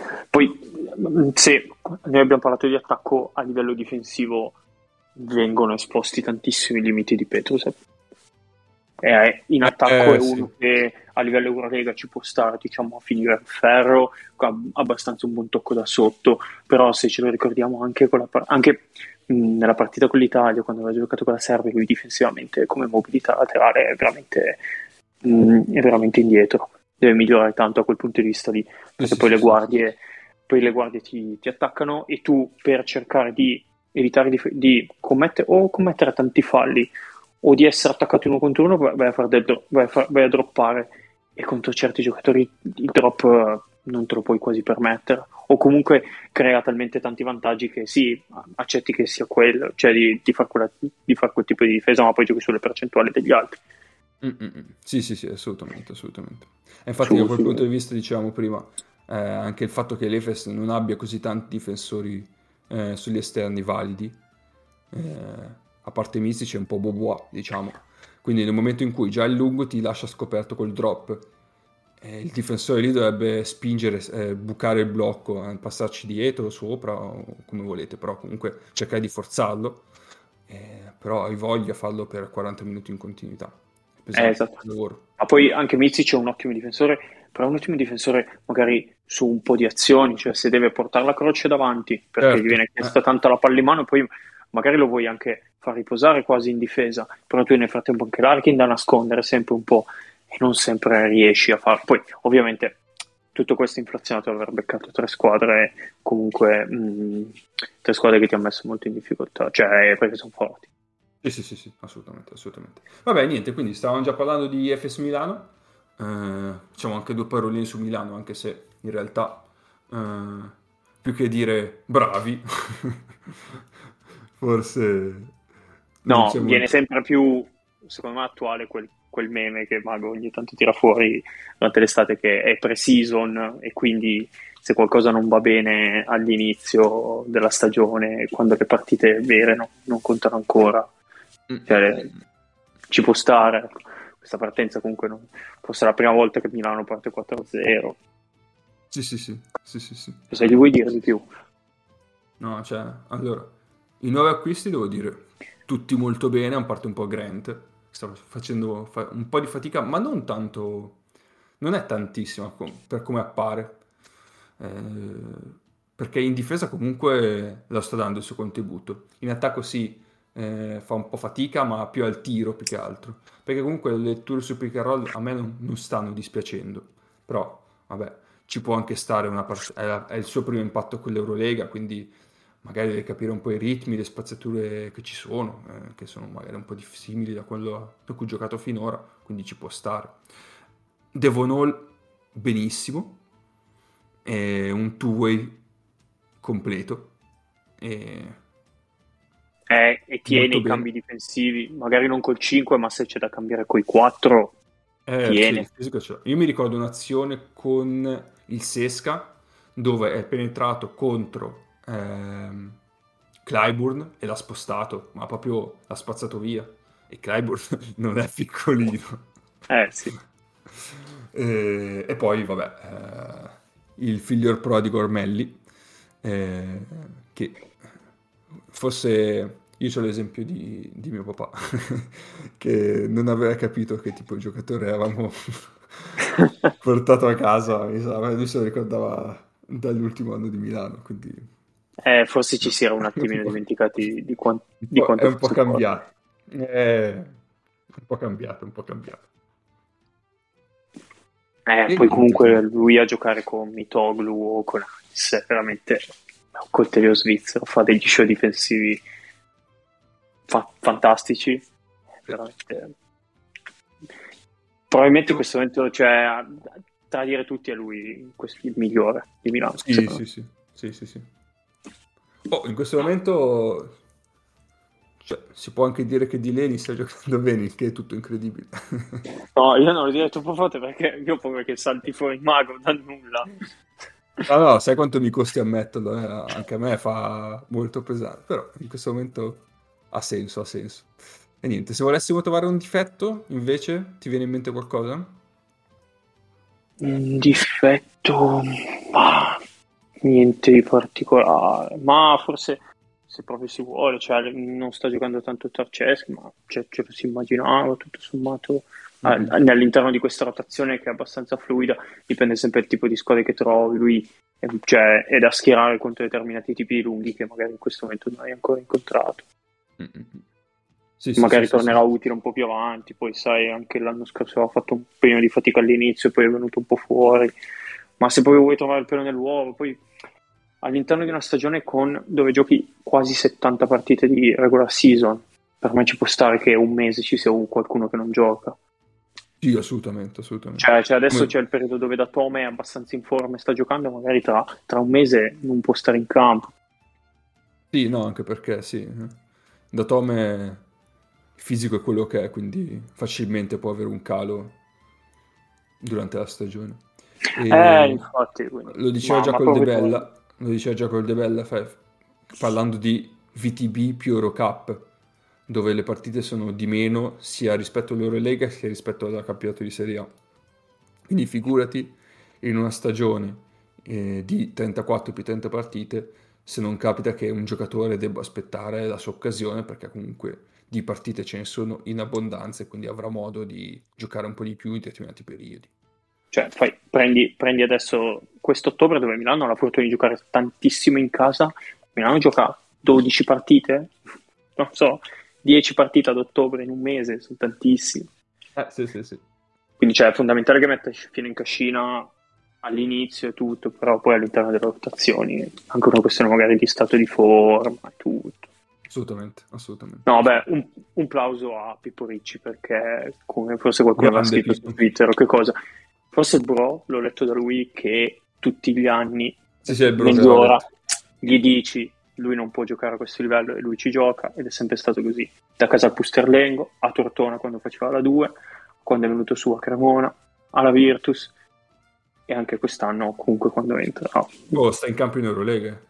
Poi, se noi abbiamo parlato di attacco, a livello difensivo vengono esposti tantissimi limiti di Petrusev. Eh, in attacco eh, è uno sì. che a livello Eurolega ci può stare, diciamo, a finire il ferro, ha abbastanza un buon tocco da sotto, però se ce lo ricordiamo anche, con la par- anche mh, nella partita con l'Italia, quando aveva giocato con la Serbia, lui difensivamente come mobilità laterale è veramente, mh, è veramente indietro, deve migliorare tanto a quel punto di vista lì, perché sì, poi, sì, le guardie, sì. poi le guardie ti, ti attaccano, e tu per cercare di evitare di, di commettere o commettere tanti falli o di essere attaccato uno contro uno, vai a, far del dro- vai a, far, vai a droppare, e contro certi giocatori il drop uh, non te lo puoi quasi permettere, o comunque crea talmente tanti vantaggi che sì, accetti che sia quello, cioè di, di fare far quel tipo di difesa, ma poi giochi sulle percentuali degli altri. Mm-mm. Sì, sì, sì, assolutamente, assolutamente. E infatti da quel punto di vista, dicevamo prima, eh, anche il fatto che l'Efes non abbia così tanti difensori eh, sugli esterni validi, eh, a parte Micic è un po' bobois, diciamo, quindi nel momento in cui già il lungo ti lascia scoperto col drop, eh, il difensore lì dovrebbe spingere, eh, bucare il blocco, eh, passarci dietro, sopra, o come volete, però comunque cercare di forzarlo, eh, però hai voglia di farlo per quaranta minuti in continuità. Eh, esatto. Ma poi anche Micic è un ottimo difensore, però è un ottimo difensore magari su un po' di azioni, cioè se deve portare la croce davanti perché certo. gli viene chiesta eh. tanta la palla in mano, e poi magari lo vuoi anche far riposare quasi in difesa, però tu nel frattempo anche Larkin da nascondere sempre un po', e non sempre riesci a farlo. Poi ovviamente tutto questo inflazionato aver beccato tre squadre, comunque mh, tre squadre che ti hanno messo molto in difficoltà, cioè perché sono forti. Sì, sì, sì, sì, assolutamente, assolutamente. Vabbè, niente, quindi stavamo già parlando di Efes Milano, eh, diciamo anche due paroline su Milano, anche se in realtà eh, più che dire bravi forse no, viene molto... sempre più, secondo me, attuale quel, quel meme che Mago ogni tanto tira fuori durante l'estate, che è pre-season, e quindi se qualcosa non va bene all'inizio della stagione, quando le partite vere no, non contano ancora, cioè, ci può stare questa partenza. Comunque non, forse è la prima volta che Milano parte quattro a zero, Sì, sì, sì, sì, sì, sì. Se gli vuoi dire di più. No, cioè, allora, i nuovi acquisti devo dire, tutti molto bene, a parte un po' Grant, sta facendo fa- un po' di fatica, ma non tanto, non è tantissima com- per come appare. Eh, perché in difesa comunque la sta dando il suo contributo. In attacco sì, eh, fa un po' fatica, ma più al tiro più che altro. Perché comunque le letture su pick and roll a me non, non stanno dispiacendo. Però, vabbè, ci può anche stare una part- è, la- è il suo primo impatto con l'Eurolega, quindi magari deve capire un po' i ritmi, le spaziature che ci sono, eh, che sono magari un po' di- simili da quello per cui ho giocato finora, quindi ci può stare. Devon Hall benissimo, è un two-way completo, e Eh, e tiene molto i cambi bene. difensivi, magari non col cinque, ma se c'è da cambiare coi quattro, Eh, sì, il tiene. fisico ce l'ha. Io mi ricordo un'azione con il Sesca dove è penetrato contro ehm, Clyburn e l'ha spostato, ma proprio l'ha spazzato via. E Clyburn non è piccolino. Eh sì. E, e poi, vabbè, eh, il figlior prodigo Ormelli, eh, che forse io ho l'esempio di, di mio papà, che non aveva capito che tipo di giocatore avevamo portato a casa, mi sa, ma lui se lo ricordava dall'ultimo anno di Milano, quindi Eh, forse ci no. si era un un attimino po', dimenticati di, quan- un di po'- è quanto un po' fosse forte. cambiato. È un po' cambiato, un po' cambiato. Eh, E poi niente, comunque quindi. lui a giocare con Mitoglu o con Hans è veramente un coltello svizzero, fa degli show difensivi fa- fantastici, veramente. Probabilmente in Io- questo momento, cioè, tra dire tutti è lui questo- il migliore di Milano, Sì, secondo sì, me. sì, sì, sì, sì. Oh, in questo momento, cioè, si può anche dire che Delaney sta giocando bene, il che è tutto incredibile. No, io non lo direi troppo forte perché io ho paura che salti fuori il mago dal nulla. No, no, sai quanto mi costi ammetterlo, eh? Anche a me fa molto pesare, però in questo momento ha senso, ha senso. E niente, se volessimo trovare un difetto, invece, ti viene in mente qualcosa? Un difetto, ah, niente di particolare, ma forse se proprio si vuole, cioè non sta giocando tanto Tarceschi, ma cioè, ce lo si immaginava tutto sommato eh, Mm-mm. all'interno di questa rotazione che è abbastanza fluida, dipende sempre dal tipo di squadre che trovi, lui è, cioè, è da schierare contro determinati tipi di lunghi che magari in questo momento non hai ancora incontrato. Mm-mm. Sì, sì, sì, Magari sì, sì. tornerà utile un po' più avanti, poi sai, anche l'anno scorso aveva fatto un po' di fatica all'inizio, poi è venuto un po' fuori, ma se poi vuoi trovare il pelo nell'uovo, poi all'interno di una stagione con, dove giochi quasi settanta partite di regular season, per me ci può stare che un mese ci sia qualcuno che non gioca. Sì, assolutamente, assolutamente. Cioè, cioè adesso Come- c'è il periodo dove da Tome è abbastanza in forma e sta giocando, magari tra, tra un mese non può stare in campo. Sì, no, anche perché sì, eh. Da Tome il fisico è quello che è, quindi facilmente può avere un calo durante la stagione. Eh, E infatti, quindi, lo diceva ma, già ma col De proprio torno. Bella, lo diceva già col De Bella, fa- parlando di V T B più Eurocup, dove le partite sono di meno sia rispetto all'Eurolega sia rispetto al campionato di Serie A. Quindi figurati in una stagione eh, di trentaquattro più trenta partite, se non capita che un giocatore debba aspettare la sua occasione, perché comunque di partite ce ne sono in abbondanza e quindi avrà modo di giocare un po' di più in determinati periodi. Cioè, fai- prendi, prendi adesso quest'ottobre dove Milano ha la fortuna di giocare tantissimo in casa. Milano gioca dodici partite, non so, dieci partite ad ottobre in un mese, sono tantissime. Eh, sì, sì, sì. Quindi cioè, è fondamentale che metta fino in cascina all'inizio e tutto, però poi all'interno delle rotazioni, anche una questione magari di stato di forma e tutto. Assolutamente, assolutamente. No, beh, assolutamente. un, un plauso a Pippo Ricci perché, come forse qualcuno aveva Grande scritto su Pippo. Twitter o che cosa, forse il bro, l'ho letto da lui, che tutti gli anni, Sì, sì, è il bro che l'aveva mezz'ora, detto. gli dici lui non può giocare a questo livello e lui ci gioca, ed è sempre stato così. Da casa al Pusterlengo, a Tortona quando faceva la due, quando è venuto su a Cremona, alla Virtus, e anche quest'anno comunque quando entra. No. Oh, sta in campo in Eurolega.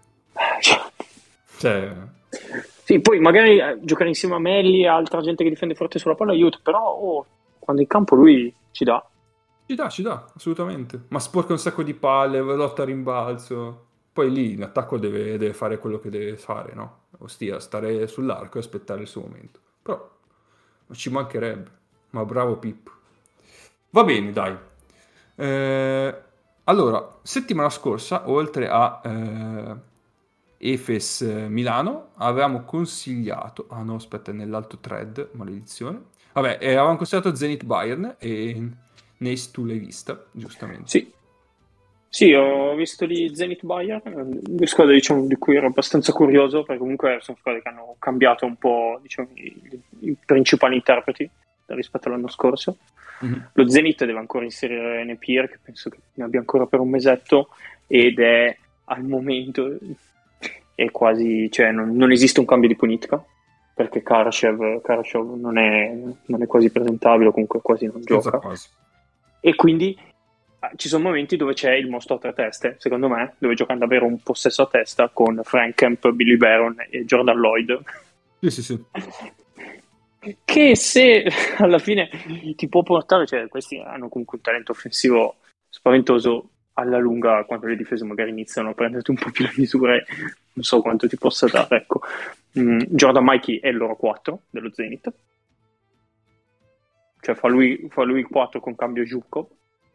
Cioè, Sì, poi magari eh, giocare insieme a Melli e altra gente che difende forte sulla palla aiuta, però oh, quando è in campo lui ci dà. Ci dà, ci dà, assolutamente. Ma sporca un sacco di palle, lotta a rimbalzo. Poi lì in attacco deve, deve fare quello che deve fare, no? Ossia, stare sull'arco e aspettare il suo momento. Però non ci mancherebbe. Ma bravo Pip. Va bene, dai. Eh, allora, settimana scorsa, oltre a eh, Efes eh, Milano, avevamo consigliato... Ah no, aspetta, è nell'altro thread, maledizione. Vabbè, eh, avevamo consigliato Zenit Bayern e Neis tu l'hai vista, giustamente. Sì, sì, ho visto lì Zenit Bayern, eh, due squadre diciamo, di cui ero abbastanza curioso, perché comunque sono squadre che hanno cambiato un po' diciamo, i, i principali interpreti rispetto all'anno scorso. Mm-hmm. Lo Zenit deve ancora inserire Napier, che penso che ne abbia ancora per un mesetto, ed è al momento è quasi, cioè non, non esiste un cambio di politica, perché Karashev, Karashev non, è, non è quasi presentabile, o comunque quasi non gioca. Quasi. E quindi ci sono momenti dove c'è il mostro a tre teste, secondo me, dove giocano davvero un possesso a testa con Frank Kemp, Billy Baron e Jordan Lloyd. Sì, sì, sì. Che se alla fine ti può portare, cioè questi hanno comunque un talento offensivo spaventoso, alla lunga quando le difese magari iniziano a prenderti un po' più le misure, non so quanto ti possa dare, ecco. Mm, Jordan Mikey è il loro quattro dello Zenit, cioè fa lui, fa lui il quattro con cambio Giucco.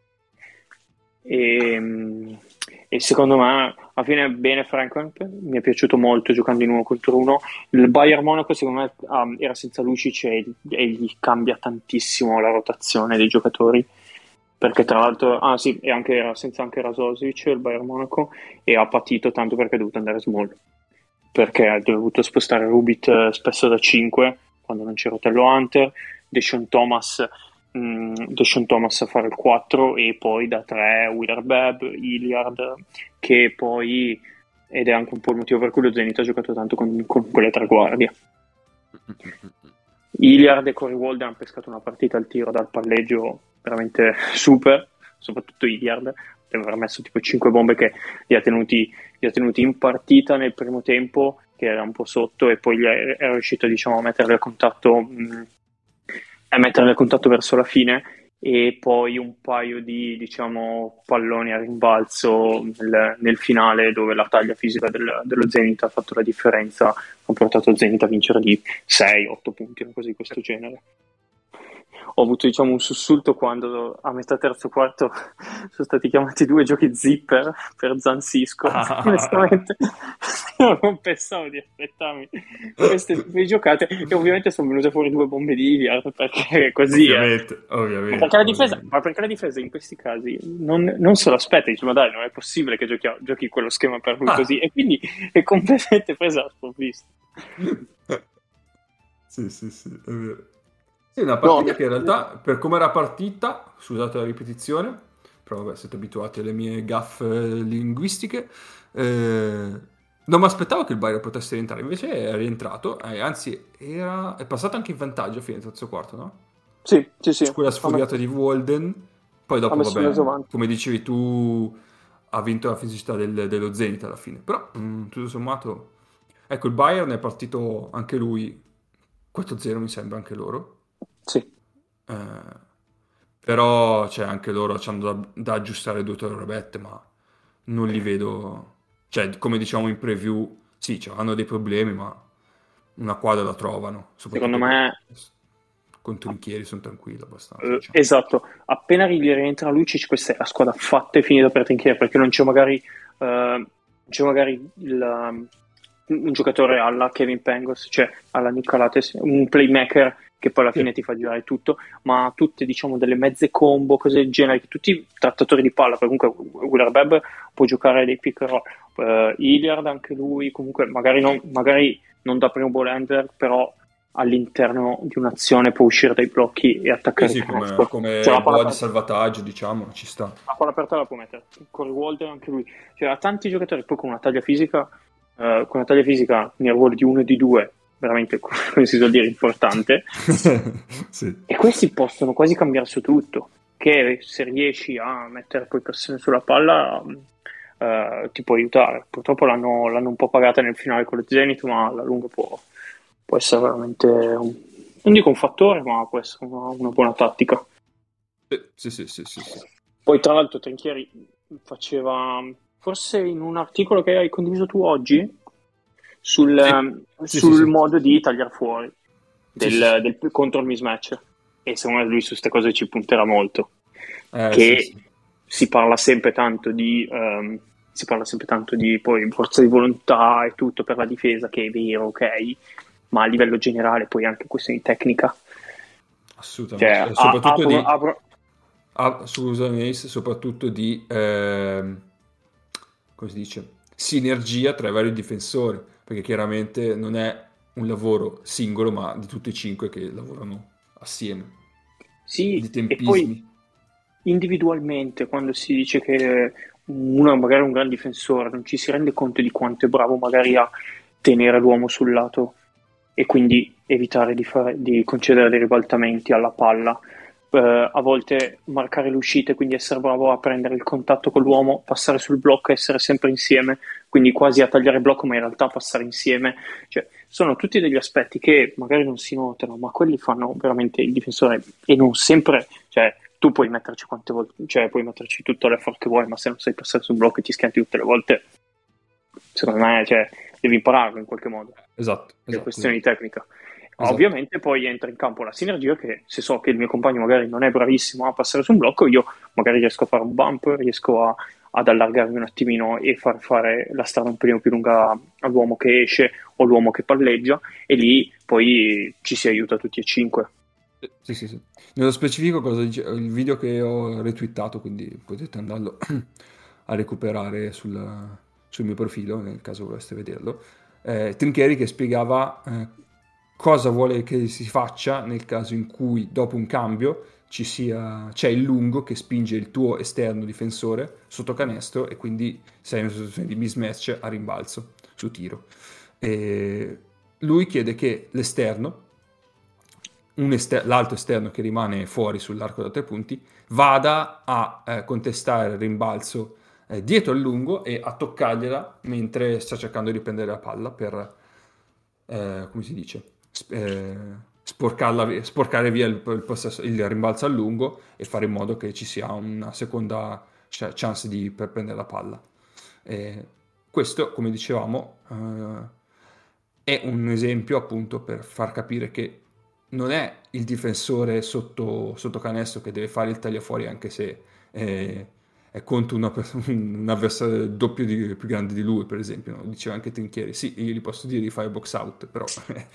E, e secondo me alla fine bene Franklin, mi è piaciuto molto giocando in uno contro uno. Il Bayern Monaco secondo me um, era senza Lucic e, e gli cambia tantissimo la rotazione dei giocatori, perché tra l'altro ah sì, e anche, era senza anche Rasovic il Bayern Monaco, e ha patito tanto perché è dovuto andare small, perché ha dovuto spostare Rubit spesso da cinque quando non c'era Otello Hunter, Deshaun Thomas Deshaun Thomas a fare il quattro, e poi da tre Wheeler Babb, Hilliard, che poi, ed è anche un po' il motivo per cui lo Zenit ha giocato tanto con, con quelle tre guardie. Hilliard e Corey Walden hanno pescato una partita al tiro dal palleggio veramente super, soprattutto Hilliard deve aver messo tipo cinque bombe che li ha tenuti, li ha tenuti in partita nel primo tempo, che era un po' sotto, e poi è, è riuscito diciamo a metterle a contatto mh, a metterle a contatto verso la fine, e poi un paio di diciamo palloni a rimbalzo nel, nel finale, dove la taglia fisica del, dello Zenit ha fatto la differenza, ha portato il Zenit a vincere di sei otto punti, una cosa di questo genere. Ho avuto diciamo un sussulto quando a metà terzo quarto sono stati chiamati due giochi zipper per Zancisco. Ah. Onestamente io non pensavo di aspettarmi queste due giocate, e ovviamente sono venute fuori due bombe di Hilliard, perché così ovviamente, è. ovviamente, perché la difesa, ovviamente. ma perché la difesa in questi casi non, non se lo aspetta, dice ma dai, non è possibile che giochi, giochi quello schema per lui ah. così, e quindi è completamente presa la sprovvista. Sì, sì, sì, è vero. Sì, una partita no, che in realtà, per come era partita, scusate la ripetizione, però vabbè, siete abituati alle mie gaffe linguistiche, eh, non mi aspettavo che il Bayern potesse rientrare, invece è rientrato, eh, anzi era, è passato anche in vantaggio a fine terzo quarto, no? Sì, sì, sì. Su quella sfuriata di Walden, poi dopo vabbè, come dicevi tu, ha vinto la fisicità del, dello Zenit alla fine, però mh, tutto sommato, ecco, il Bayern è partito anche lui quattro zero mi sembra, anche loro. Sì. Eh, però cioè, anche loro hanno da, da aggiustare due o tre robette, ma non li vedo, cioè come diciamo in preview, sì, cioè, hanno dei problemi, ma una quadra la trovano. Secondo me con Trinchieri sono tranquillo abbastanza. Uh, diciamo. Esatto, appena rientra Lucic questa è la squadra fatta e finita per Trinchieri, perché non c'è magari, uh, c'è magari il, um, un giocatore alla Kevin Pangos, cioè alla Nicolates, un playmaker che poi alla fine ti fa girare tutto, ma tutte diciamo delle mezze combo, cose del genere, che tutti trattatori di palla, perché comunque Wheeler Babb può giocare dei pick and roll, uh, Hilliard anche lui, comunque magari non, magari non da primo ball handler, però all'interno di un'azione può uscire dai blocchi e attaccare sì, sì, come, come cioè, boa di salvataggio, diciamo, ci sta. La palla aperta la può mettere, Corey Walden anche lui, cioè ha tanti giocatori poi con una taglia fisica, uh, con una taglia fisica nel ruolo di uno e di due, veramente, come si suol dire, importante. Sì. E questi possono quasi cambiare su tutto, che se riesci a mettere poi pressione sulla palla uh, ti può aiutare. Purtroppo l'hanno, l'hanno un po' pagata nel finale con lo Zenit, ma alla lunga può, può essere veramente un, non dico un fattore, ma può essere una, una buona tattica. Eh, Sì, sì, sì, sì, sì. Poi tra l'altro Trinchieri faceva, forse in un articolo che hai condiviso tu oggi, sul, Sì, ehm, sì, sì, sul sì. modo di tagliare fuori Sì, sì, sì. del, del contro il mismatch. E secondo me lui su queste cose ci punterà molto. Eh, sì, Che sì. si parla sempre tanto di ehm, si parla sempre tanto di poi forza di volontà e tutto per la difesa, che è vero, ok, ma a livello generale poi anche questioni di tecnica. Assolutamente. Cioè, Eh, a- soprattutto apro, di, apro- ah, scusami, Ace, soprattutto di, ehm, come si dice, sinergia tra i vari difensori, perché chiaramente non è un lavoro singolo, ma di tutti e cinque che lavorano assieme, Sì, di e poi tempismi. individualmente, quando si dice che uno è magari un gran difensore, non ci si rende conto di quanto è bravo magari a tenere l'uomo sul lato e quindi evitare di, fare, di concedere dei ribaltamenti alla palla. Eh, a volte marcare le uscite, quindi essere bravo a prendere il contatto con l'uomo, passare sul blocco, essere sempre insieme, quindi quasi a tagliare il blocco, ma in realtà passare insieme. Cioè, sono tutti degli aspetti che magari non si notano, ma quelli fanno veramente il difensore e non sempre, cioè, tu puoi metterci quante volte, cioè, puoi metterci tutto l'effort che vuoi, ma se non sai passare sul blocco e ti schianti tutte le volte, secondo me, cioè, devi impararlo in qualche modo. Esatto, È esatto, questione di esatto, tecnica. esatto. Ovviamente poi entra in campo la sinergia che se so che il mio compagno magari non è bravissimo a passare su un blocco, io magari riesco a fare un bump, riesco a, ad allargarmi un attimino e far fare la strada un pelino più lunga all'uomo che esce o l'uomo che palleggia e lì poi ci si aiuta tutti e cinque. Sì, sì, sì. Nello specifico cosa dice il video che ho retweetato, quindi potete andarlo a recuperare sul, sul mio profilo nel caso voleste vederlo. Eh, Trinchieri che spiegava eh, cosa vuole che si faccia nel caso in cui dopo un cambio ci sia, c'è il lungo che spinge il tuo esterno difensore sotto canestro e quindi sei in una situazione di mismatch a rimbalzo su tiro. E lui chiede che l'esterno un ester- l'altro esterno che rimane fuori sull'arco da tre punti vada a eh, contestare il rimbalzo eh, dietro al lungo e a toccargliela mentre sta cercando di prendere la palla per, eh, come si dice, sp- eh, sporcarla vi- sporcare via il, il possesso- il rimbalzo a lungo e fare in modo che ci sia una seconda ch- chance di, per prendere la palla. E questo, come dicevamo, eh, è un esempio appunto per far capire che non è il difensore sotto, sotto canestro che deve fare il tagliafuori anche se è, è contro una pers- un avversario doppio di, più grande di lui, per esempio. No? Diceva anche Trinchieri, sì, io gli posso dire di fare box out, però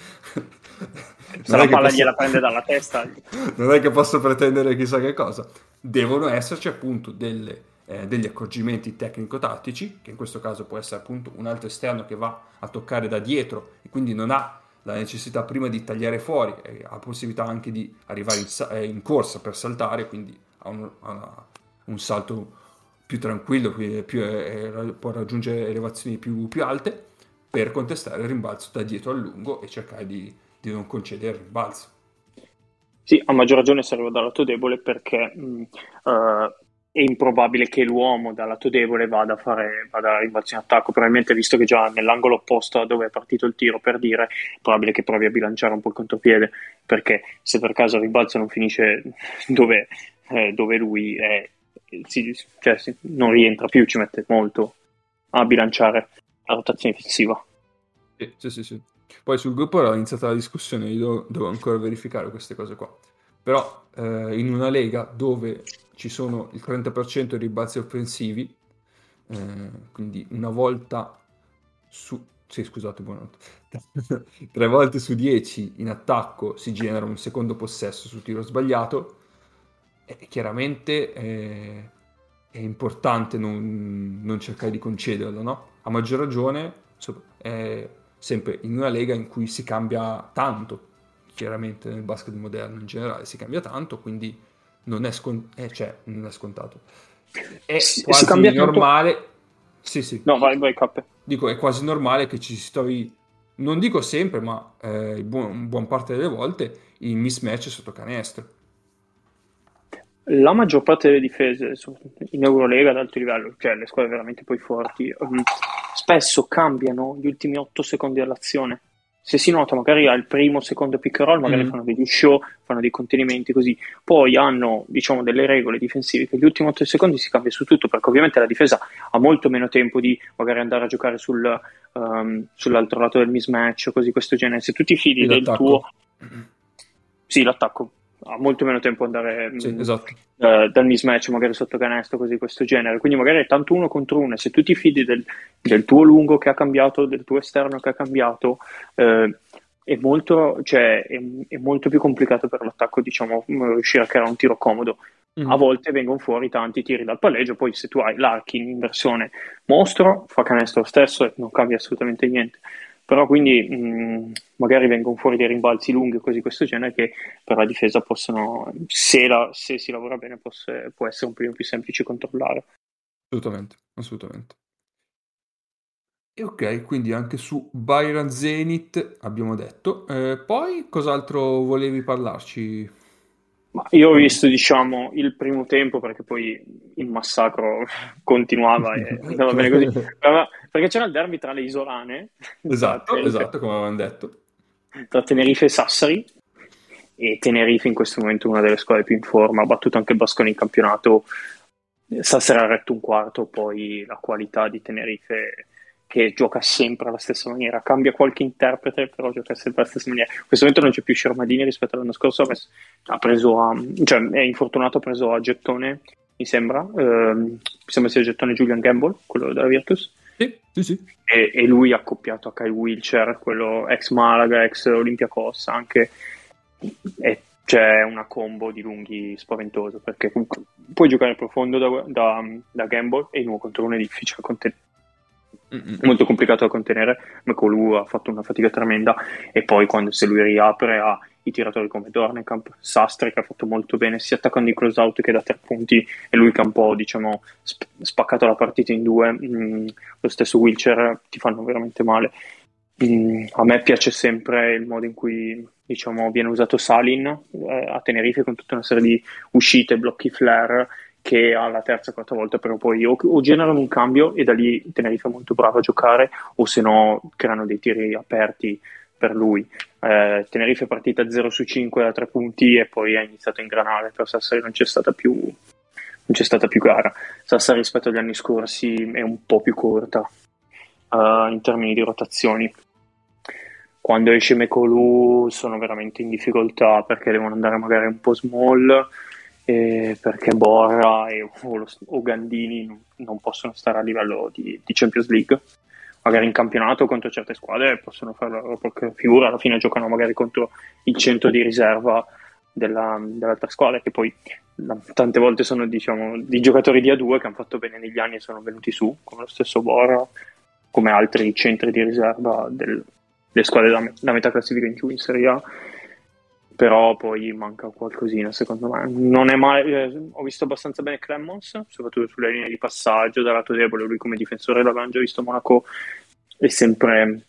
Se non è la che palla posso, gliela prende dalla testa, non è che posso pretendere chissà che cosa. Devono esserci appunto delle, eh, degli accorgimenti tecnico-tattici, che in questo caso può essere appunto un altro esterno che va a toccare da dietro e quindi non ha la necessità prima di tagliare fuori, e ha possibilità anche di arrivare in, sa- eh, in corsa per saltare, quindi ha un, ha una- un salto più tranquillo, quindi più, eh, può raggiungere elevazioni più, più alte per contestare il rimbalzo da dietro a lungo e cercare di, di non concedere il rimbalzo. sì, a maggior ragione serve dal lato debole perché mh, eh, è improbabile che l'uomo dal lato debole vada a fare vada a rimbalzo in attacco. Probabilmente, visto che già nell'angolo opposto a dove è partito il tiro, per dire, è probabile che provi a bilanciare un po' il contropiede, perché se per caso il rimbalzo non finisce dove, eh, dove lui è, si- cioè, si- non rientra più, ci mette molto a bilanciare la rotazione difensiva. Sì, sì, sì, sì. Poi sul gruppo era iniziata la discussione, io devo, devo ancora verificare queste cose qua. Però eh, in una lega dove ci sono il trenta per cento di rimbalzi offensivi, eh, quindi una volta su... Sì, scusate, buonanotte. Tre volte su dieci in attacco si genera un secondo possesso su tiro sbagliato, e chiaramente eh, è importante non, non cercare di concederlo, no? A maggior ragione, so- è sempre in una lega in cui si cambia tanto, chiaramente nel basket moderno in generale si cambia tanto, quindi non è, scon- eh, cioè, non è scontato. È Si, si quasi cambia tanto. normale, sì, sì, No, vai, vai, Cappe. dico, è quasi normale che ci si trovi, non dico sempre, ma eh, buon, buon parte delle volte, in mismatch sotto canestro. La maggior parte delle difese, soprattutto in Eurolega ad alto livello, cioè le squadre veramente poi forti, ehm, spesso cambiano gli ultimi otto secondi dell'azione. se si nota magari al primo, secondo pick and roll, magari Mm. fanno degli show, fanno dei contenimenti così, poi hanno, diciamo, delle regole difensive che gli ultimi otto secondi si cambia su tutto, perché ovviamente la difesa ha molto meno tempo di magari andare a giocare sul, um, sull'altro lato del mismatch o così questo genere. Se tu ti fidi Sì, del l'attacco. tuo... Sì, l'attacco ha molto meno tempo andare Sì, mh, esatto. eh, dal mismatch magari sotto canestro, così questo genere, quindi magari è tanto uno contro uno, e se tu ti fidi del, del tuo lungo che ha cambiato, del tuo esterno che ha cambiato, eh, è molto, cioè, è, è molto più complicato per l'attacco, diciamo, mh, riuscire a creare un tiro comodo. Mm. A volte vengono fuori tanti tiri dal palleggio, poi se tu hai Larkin in versione mostro fa canestro stesso e non cambia assolutamente niente. Però quindi mh, magari vengono fuori dei rimbalzi lunghi o così questo genere che per la difesa possono, se, la, se si lavora bene, posso, può essere un po' più semplice controllare. Assolutamente, assolutamente. E ok, quindi anche su Byron Zenith abbiamo detto. Eh, poi cos'altro volevi parlarci? Ma io ho visto, diciamo, il primo tempo perché poi il massacro continuava e andava bene così. Però- Perché c'era il derby tra le isolane, tra Esatto, Tenerife, esatto, come avevamo detto. tra Tenerife e Sassari. E Tenerife in questo momento è una delle squadre più in forma, ha battuto anche Basconi in campionato. Sassari ha retto un quarto, poi la qualità di Tenerife che gioca sempre alla stessa maniera, cambia qualche interprete, però gioca sempre alla stessa maniera. In questo momento non c'è più Shermadini rispetto all'anno scorso, ha, messo, ha preso a, cioè è infortunato, ha preso a gettone, mi sembra, ehm, mi sembra sia gettone Julian Gamble, quello della Virtus. Sì, sì, sì. E, e lui accoppiato a Kyle Wilcher, quello ex Malaga, ex Olympiacos, anche e c'è una combo di lunghi spaventosa, perché comunque puoi giocare profondo da, da, da Gamble e uno contro uno è difficile contenere, molto complicato da contenere. McCollum ha fatto una fatica tremenda, e poi quando se lui riapre ha i tiratori come Dornekamp, Sastre che ha fatto molto bene sia attaccando in close out che da tre punti, e lui che ha un po' diciamo sp- spaccato la partita in due. Mm, lo stesso Wilcher, ti fanno veramente male. Mm, a me piace sempre il modo in cui diciamo viene usato Salin eh, a Tenerife, con tutta una serie di uscite, blocchi flare, che alla terza quarta volta però poi o, o generano un cambio e da lì Tenerife è molto bravo a giocare, o se no creano dei tiri aperti per lui. eh, Tenerife è partita zero su cinque da tre punti e poi ha iniziato a ingranare, per Sassari non c'è stata più non c'è stata più gara. Sassari rispetto agli anni scorsi è un po' più corta uh, in termini di rotazioni. Quando esce McCollum sono veramente in difficoltà perché devono andare magari un po' small, eh, perché Borra e, o, lo, o Gandini non, non possono stare a livello di, di Champions League. Magari in campionato contro certe squadre possono fare la loro propria figura, alla fine giocano magari contro il centro di riserva della, dell'altra squadra, che poi tante volte sono diciamo di giocatori di A due che hanno fatto bene negli anni e sono venuti su, come lo stesso Borra, come altri centri di riserva del, delle squadre da, da metà classifica in giù in Serie A. Però poi manca qualcosina secondo me. Non è male, eh, ho visto abbastanza bene Clemons, soprattutto sulle linee di passaggio dal lato debole. Lui come difensore l'avevamo già visto a Monaco, è sempre,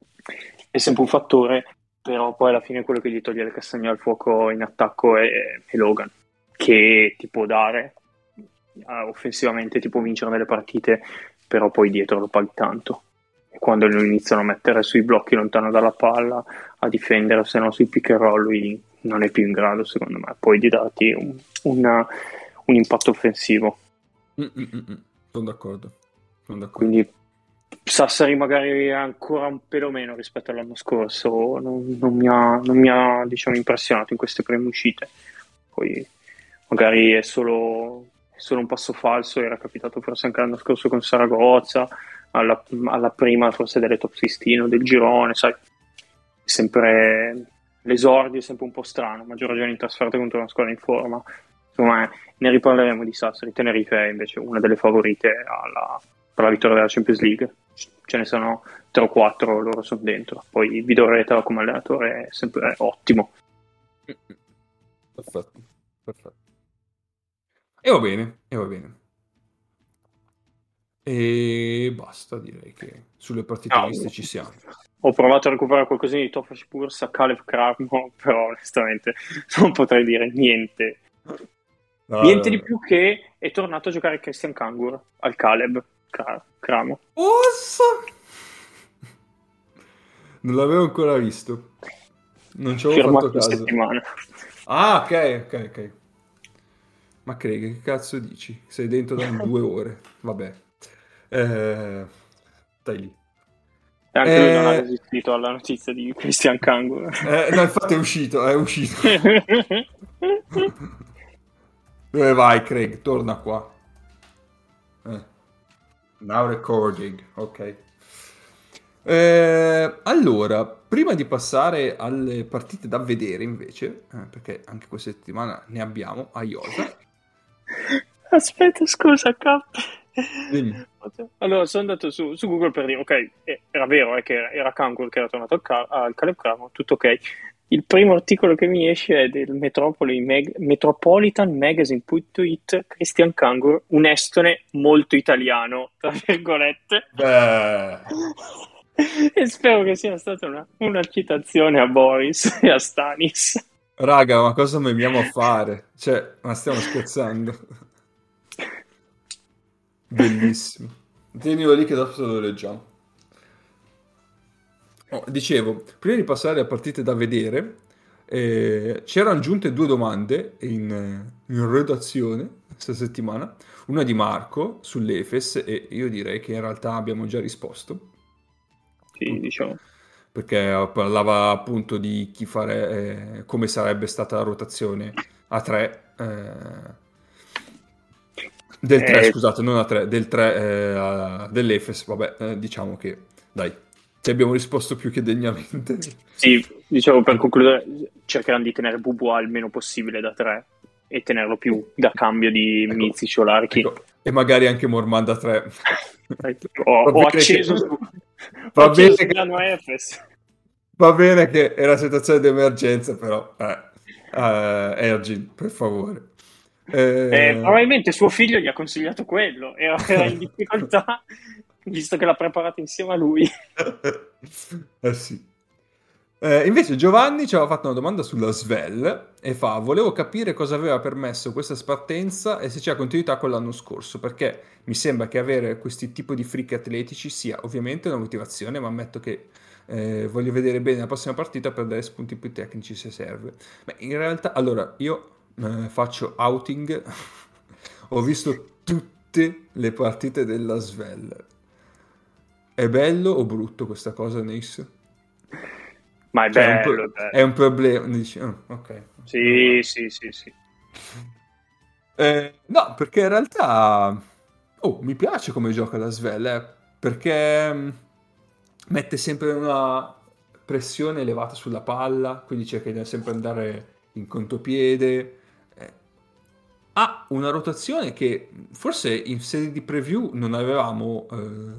è sempre un fattore, però poi alla fine quello che gli toglie le castagne al fuoco in attacco è, è Logan, che ti può dare eh, offensivamente, ti può vincere delle partite, però poi dietro lo paghi tanto. E quando lo iniziano a mettere sui blocchi lontano dalla palla a difendere, o se no sui pick and roll, lui non è più in grado secondo me poi di darti un, una, un impatto offensivo. Mm-mm-mm. Sono d'accordo. Sono d'accordo. Quindi Sassari magari ancora un pelo meno rispetto all'anno scorso, non, non mi ha, non mi ha diciamo impressionato in queste prime uscite. Poi magari è solo, è solo un passo falso, era capitato forse anche l'anno scorso con Saragozza, alla, alla prima forse delle top sedici del girone, sai, sempre l'esordio è sempre un po' strano, a maggior ragione in trasferta contro una squadra in forma. Insomma, ne riparleremo di Sassari. Tenerife è invece una delle favorite alla, per la vittoria della Champions League. Ce ne sono tre o quattro, loro sono dentro. Poi Vido Reta come allenatore è sempre ottimo. Perfetto, perfetto. E va bene, e va bene. E basta, direi che sulle partite No, viste ci siamo. ho provato a recuperare qualcosina di Tofaş Bursa, Kalev Kramo, però onestamente non potrei dire niente. No, Niente no, di più che è tornato a giocare Christian Kangur al Caleb Kramo. Ossa! Non l'avevo ancora visto. Non ci avevo Firmato fatto in caso. settimana. Ah, ok, ok, ok. Ma Craig, che cazzo dici? Sei dentro da due ore. Vabbè. Eh, stai lì. E anche lui non ha Eh, resistito alla notizia di Christian Kangur. eh, no, infatti è uscito, è uscito. Dove vai, Craig? Torna qua. Eh. Now recording, ok. Eh, allora, prima di passare alle partite da vedere, invece, eh, perché anche questa settimana ne abbiamo a Iosa. Aspetta, scusa, K. Dimmi. Allora, sono andato su, su Google per dire, ok, eh, era vero, è che era, era Kangur che era tornato al, Ca- al Caleb Cramo, tutto ok. Il primo articolo che mi esce è del Metropoli Mag- Metropolitan Magazine punto it, Christian Kangur, un estone molto italiano, tra virgolette. Beh, E spero che sia stata una, una citazione a Boris e a Stanis. raga, ma cosa memiamo a fare? Cioè, ma stiamo scherzando? Bellissimo. Tienilo lì che dopo lo leggiamo. Oh, dicevo, prima di passare alle partite da vedere, eh, c'erano giunte due domande in, eh, in redazione questa settimana, una di Marco sull'Efes e io direi che in realtà abbiamo già risposto, Sì, diciamo. perché parlava appunto di chi fare, eh, come sarebbe stata la rotazione a tre, eh, del tre, Eh, scusate, non a tre, del tre eh, a- dell'Efes, vabbè, eh, diciamo che, dai, ci abbiamo risposto più che degnamente. Sì, diciamo per concludere, cercheranno di tenere Bubu il meno possibile da tre e tenerlo più da cambio di Ecco, Mizic o Larkin. ecco, e magari anche Mormanda tre. Ho, Va ho bene acceso che- su, ho va acceso bene su che- Milano Efes. Va bene che è una situazione di emergenza, però, eh, eh, Ergin, per favore. Eh, Eh, probabilmente suo figlio gli ha consigliato quello, era, era in difficoltà, visto che l'ha preparato insieme a lui. eh sì. Eh, invece Giovanni ci aveva fatto una domanda sulla Svel e fa: volevo capire cosa aveva permesso questa spartenza e se c'è continuità con l'anno scorso, perché mi sembra che avere questi tipi di freak atletici sia ovviamente una motivazione, ma ammetto che eh, voglio vedere bene la prossima partita per dare spunti più tecnici se serve. Beh, in realtà, allora, io eh, faccio outing, ho visto tutte le partite della Svel. È bello o brutto questa cosa, Nis? Ma è Cioè, è un, bello, pro- è bello. è un problema. Dici, "Ah, ok. Sì, sì, sì, sì. Eh, no, perché in realtà, oh, mi piace come gioca la Svel, eh, perché mm, mette sempre una pressione elevata sulla palla, quindi cerca di sempre andare in contropiede. Eh, ha una rotazione che forse in serie di preview non avevamo eh,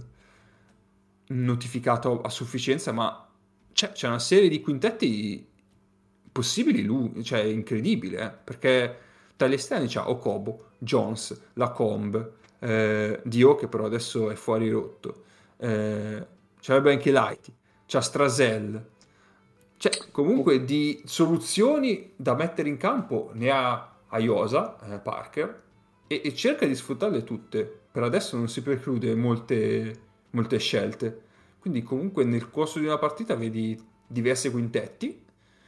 notificato a sufficienza, ma c'è, c'è una serie di quintetti possibili, lui, cioè incredibile, eh, perché tra gli esterni c'ha Okobo, Jones, Lacombe, eh, Dio che però adesso è fuori rotto, eh, c'avrebbe anche Lighty, c'ha Strasel, cioè comunque di soluzioni da mettere in campo ne ha Iosa, eh, Parker, e, e cerca di sfruttarle tutte. Per adesso non si preclude molte, molte scelte. Quindi comunque nel corso di una partita vedi diversi quintetti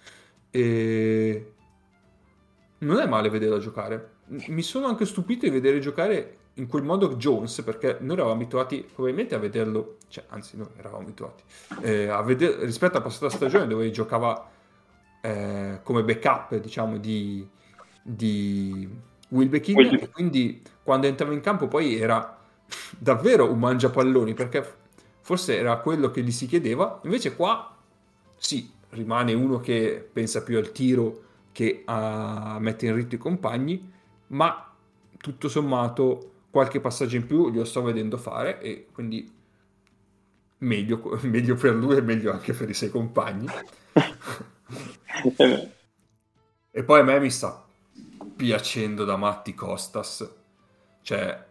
e non è male vederla giocare. Mi sono anche stupito di vedere giocare in quel modo Jones, perché noi eravamo abituati probabilmente a vederlo, cioè anzi noi eravamo abituati, eh, a vedere, rispetto alla passata stagione dove giocava eh, come backup, diciamo, di, di Wilbekin, Quel- e quindi quando entrava in campo poi era davvero un mangiapalloni, perché forse era quello che gli si chiedeva, invece qua sì, rimane uno che pensa più al tiro che a mettere in ritmo i compagni, ma tutto sommato qualche passaggio in più glielo sto vedendo fare e quindi meglio, meglio per lui e meglio anche per i suoi compagni. Eh, E poi a me mi sta piacendo da matti Costas, cioè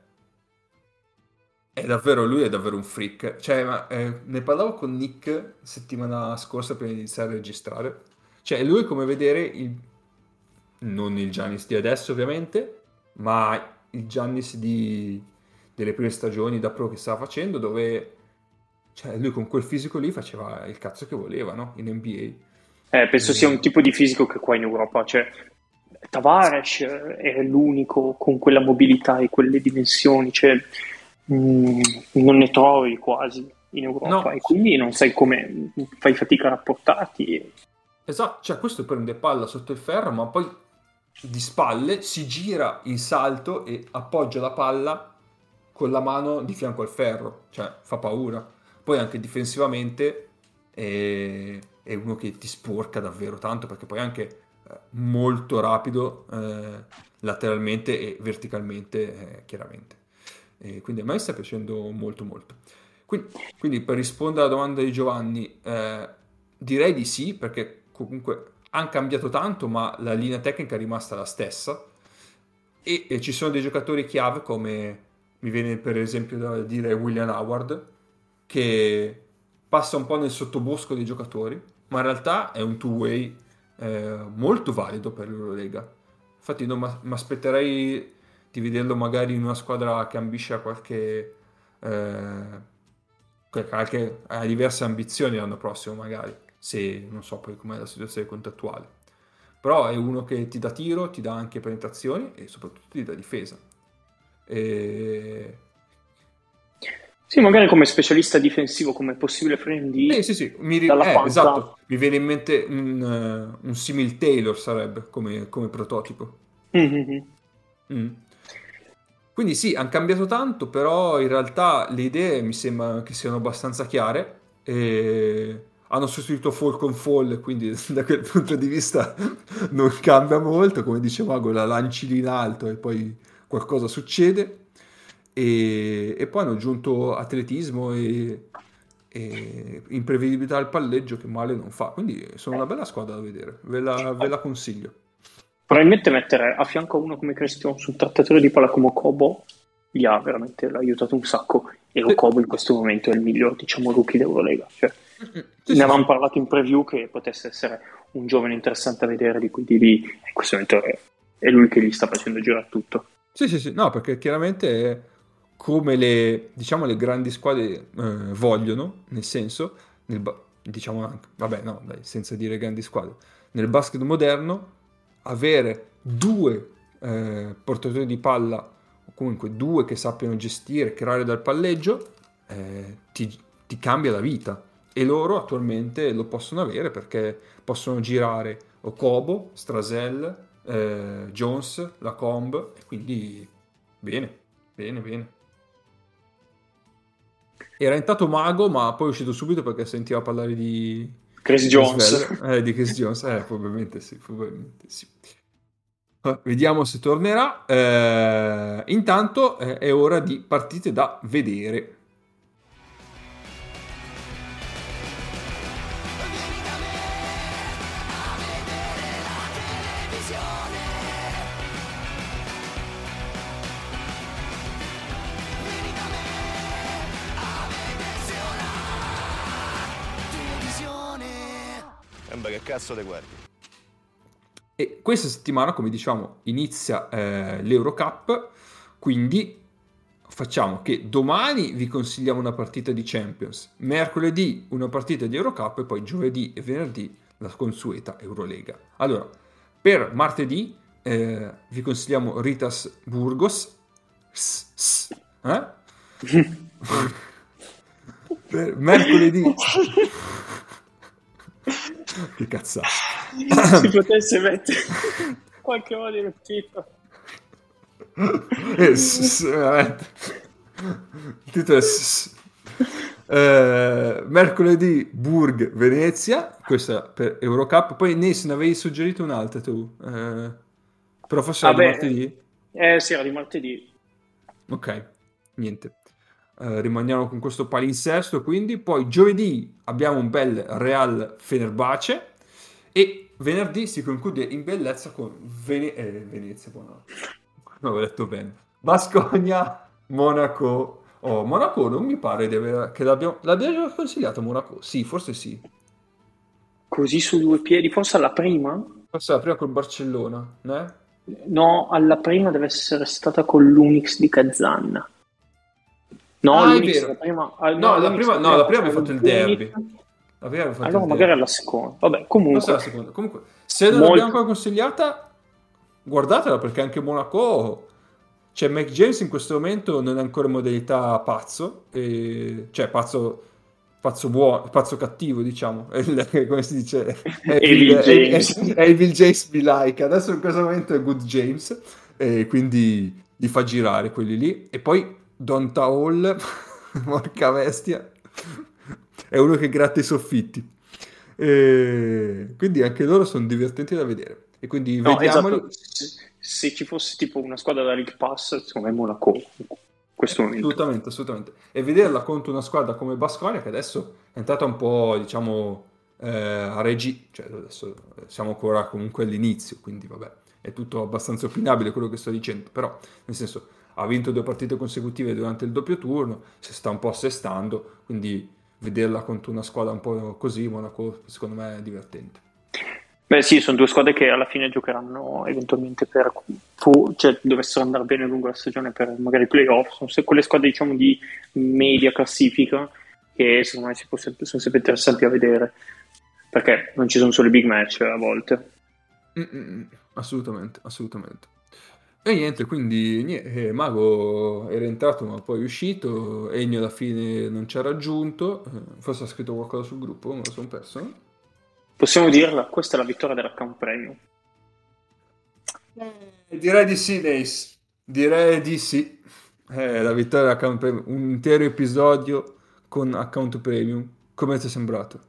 è davvero lui, è davvero un freak. Cioè, ma, eh, ne parlavo con Nick settimana scorsa prima di iniziare a registrare. Cioè, lui è come vedere il, non il Giannis di adesso, ovviamente, ma il Giannis di, delle prime stagioni da pro che stava facendo, dove cioè lui con quel fisico lì faceva il cazzo che voleva, no? In N B A. Eh, penso sia un tipo di fisico che qua in Europa, cioè Tavares è l'unico con quella mobilità e quelle dimensioni, cioè mh, non ne trovi quasi in Europa, No. e quindi non sai come, fai fatica a rapportarti. Esatto, cioè questo prende palla sotto il ferro, ma poi di spalle si gira in salto e appoggia la palla con la mano di fianco al ferro, cioè fa paura. Poi anche difensivamente è, è uno che ti sporca davvero tanto, perché poi è anche eh, molto rapido eh, lateralmente e verticalmente, eh, chiaramente. E quindi a me sta piacendo molto molto. Quindi, quindi per rispondere alla domanda di Giovanni, eh, direi di sì, perché comunque hanno cambiato tanto, ma la linea tecnica è rimasta la stessa. E, e ci sono dei giocatori chiave, come mi viene per esempio da dire William Howard, che passa un po' nel sottobosco dei giocatori, ma in realtà è un two-way eh, molto valido per l'Eurolega. Infatti non mi aspetterei di vederlo magari in una squadra che ambisce a qualche... Eh, qualche ha diverse ambizioni l'anno prossimo magari, se non so poi com'è la situazione contrattuale, però è uno che ti dà tiro, ti dà anche penetrazioni e soprattutto ti dà difesa. E... Sì, magari come specialista difensivo, come possibile friend di Eh sì sì, mi, ri- dalla eh, panca. esatto, mi viene in mente un, uh, un simil Taylor sarebbe come, come prototipo. Mm-hmm. Mm. Quindi sì, hanno cambiato tanto, però in realtà le idee mi sembra che siano abbastanza chiare e hanno sostituito Fall con Fall, quindi da quel punto di vista non cambia molto, come dice Mago, la lanci lì in alto e poi qualcosa succede. E, e poi hanno aggiunto atletismo e, e imprevedibilità al palleggio che male non fa, quindi sono una bella squadra da vedere, ve la, ve la consiglio. Probabilmente mettere a fianco a uno come Christian su un trattatore di palla come Okobo gli ha veramente aiutato un sacco, e Okobo in questo momento è il miglior, diciamo, rookie d'Eurolega, cioè, Sì, ne sì, avevamo sì. parlato in preview che potesse essere un giovane interessante a vedere, di cui di lì in questo momento è, è lui che gli sta facendo girare tutto. Sì, sì, sì, no, perché chiaramente è come le, diciamo, le grandi squadre eh, vogliono, nel senso, nel ba- diciamo anche, vabbè, no, dai, senza dire grandi squadre, nel basket moderno avere due eh, portatori di palla, o comunque due che sappiano gestire, creare dal palleggio, eh, ti, ti cambia la vita. E loro attualmente lo possono avere perché possono girare Okobo, Strasel, eh, Jones, Lacombe, e quindi bene, bene, bene. Era intanto mago, ma poi è uscito subito perché sentiva parlare di Chris di Jones. Sveller, eh, di Chris Jones, eh, probabilmente sì, probabilmente sì. Eh, Vediamo se tornerà. Eh, intanto eh, è ora di partite da vedere. Sembra che cazzo te guardi. E questa settimana, come diciamo, inizia eh, l'Eurocup, quindi facciamo che domani vi consigliamo una partita di Champions, mercoledì una partita di Eurocup e poi giovedì e venerdì la consueta Eurolega. Allora, per martedì eh, vi consigliamo Ritas Burgos, S- s- eh? Per mercoledì... Che cazzata. Si potesse mettere qualche modo in titolo. Eh, s- s- veramente. Il titolo è s- s- eh, mercoledì Burg Venezia, questa per Eurocup. Poi Nes ne avevi suggerito un'altra tu, eh, però forse era di Vabbè, martedì. eh sì, era di martedì. Ok, niente. Eh, rimaniamo con questo palinsesto, quindi poi giovedì abbiamo un bel Real Fenerbahce e venerdì si conclude in bellezza con Vene- eh, Venezia, buono. Non avevo detto bene. Bascogna, Monaco. Oh, Monaco non mi pare di aver, che l'abbiamo, l'abbiamo già consigliato Monaco. Sì, forse sì. Così su due piedi, forse alla prima? Forse la prima col Barcellona, né? No, alla prima deve essere stata con l'Unix di Kazan. No, Ah, è l'Unix, vero. la prima, ah, No, la l'Unix prima, no, la prima abbiamo fatto il derby. Zenith. La prima abbiamo fatto Allora il magari derby. alla seconda. Vabbè, Non so comunque, la seconda. Comunque, se non Molto- l'abbiamo ancora consigliata, guardatela, perché anche Monaco, cioè Mac James in questo momento non è ancora in modalità pazzo, e, cioè pazzo, pazzo buono, pazzo cattivo, diciamo, è il- come si dice, è Evil il, è, James. è, è Evil James be like. Adesso in questo momento è Good James, e quindi li fa girare quelli lì. E poi Donta Hall, porca bestia, è uno che gratta i soffitti. E quindi anche loro sono divertenti da vedere. E quindi No, vediamoli. esatto. Se, se ci fosse tipo una squadra da League Pass, secondo me Monaco in questo momento. Assolutamente, assolutamente. E vederla contro una squadra come Baskonia, che adesso è entrata un po', diciamo, eh, a regi, cioè adesso siamo ancora comunque all'inizio, quindi vabbè, è tutto abbastanza opinabile quello che sto dicendo, però nel senso ha vinto due partite consecutive durante il doppio turno, si sta un po' assestando, quindi vederla contro una squadra un po' così, Monaco, secondo me è divertente. Beh sì, sono due squadre che alla fine giocheranno eventualmente per, fu- cioè dovessero andare bene lungo la stagione per magari i playoff, sono se- quelle squadre diciamo di media classifica che secondo me si può sempre- sono sempre interessanti a vedere, perché non ci sono solo i big match a volte. Mm-mm, assolutamente, assolutamente. E niente, quindi niente, eh, Mago era entrato ma poi è uscito, Ennio alla fine non ci ha raggiunto, eh, forse ha scritto qualcosa sul gruppo, me lo sono perso. No? Possiamo dirla, questa è la vittoria dell'account premium. Eh, direi di sì, Nace, direi di sì. Eh, la vittoria dell'account premium, un intero episodio con account premium, come ti è sembrato?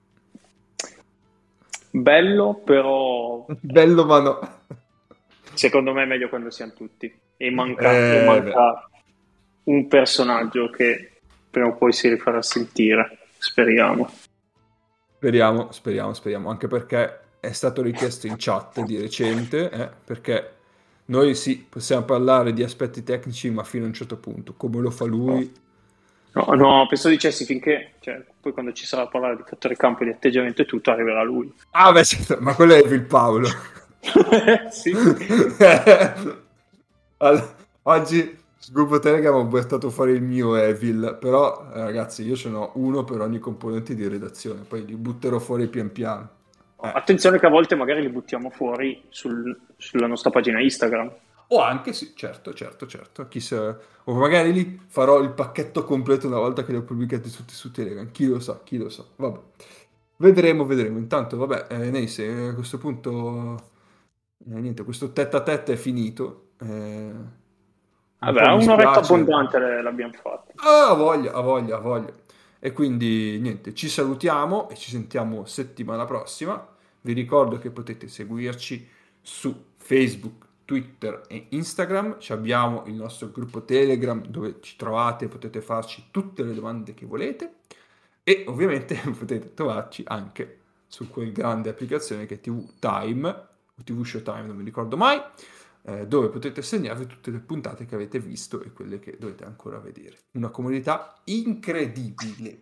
Bello, però Bello ma no. secondo me è meglio quando siamo tutti. E manca, Eh, e manca un personaggio che prima o poi si rifarà sentire, speriamo. Speriamo, speriamo, speriamo, anche perché è stato richiesto in chat di recente, eh, perché noi sì, possiamo parlare di aspetti tecnici, ma fino a un certo punto, come lo fa lui. No, no, penso dicessi finché, cioè, poi quando ci sarà a parlare di fattore campo, di atteggiamento e tutto, arriverà lui. Ah, beh, certo, ma quello è Evil Paolo. Sì. Allora, oggi sul gruppo Telegram ho buttato fuori il mio Evil, però eh, ragazzi, io ce n'ho uno per ogni componente di redazione, poi li butterò fuori pian piano. Eh. Attenzione che a volte magari li buttiamo fuori sul- sulla nostra pagina Instagram. O anche, sì, certo, certo, certo. Chissà, o magari lì farò il pacchetto completo una volta che li ho pubblicati tutti su Telegram. Chi lo sa, chi lo sa. Vabbè. Vedremo, vedremo. Intanto, vabbè, eh, Neise, eh, a questo punto, eh, niente, questo tête à tête è finito. Eh, un Vabbè, po' mi un'oretta spiace. abbondante le- l'abbiamo fatta. Ah, ha voglia, ha voglia, ha voglia. E quindi, niente, ci salutiamo e ci sentiamo settimana prossima. Vi ricordo che potete seguirci su Facebook, Twitter e Instagram. Ci abbiamo il nostro gruppo Telegram dove ci trovate e potete farci tutte le domande che volete. E ovviamente potete trovarci anche su quel grande applicazione che è T V Time, o T V Showtime, non mi ricordo mai, eh, dove potete segnarvi tutte le puntate che avete visto e quelle che dovete ancora vedere. Una comunità incredibile.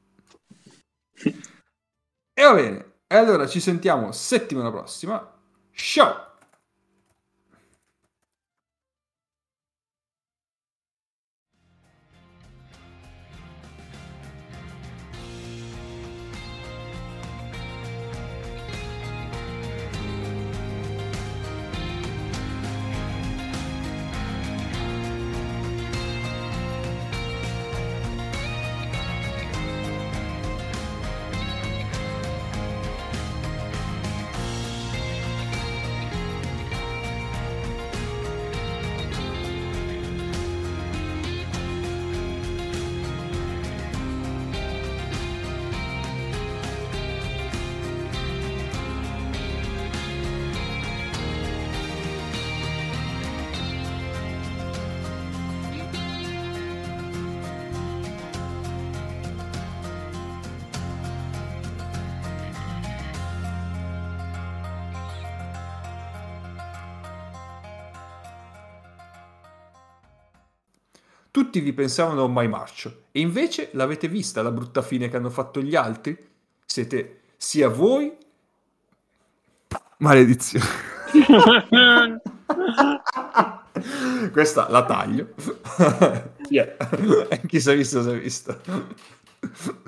E va bene, e allora ci sentiamo settimana prossima. Ciao! Tutti vi pensavano mai marcio, e invece l'avete vista la brutta fine che hanno fatto gli altri? Siete sia voi... Maledizione. Questa la taglio. Yeah. Chi si è visto si è visto.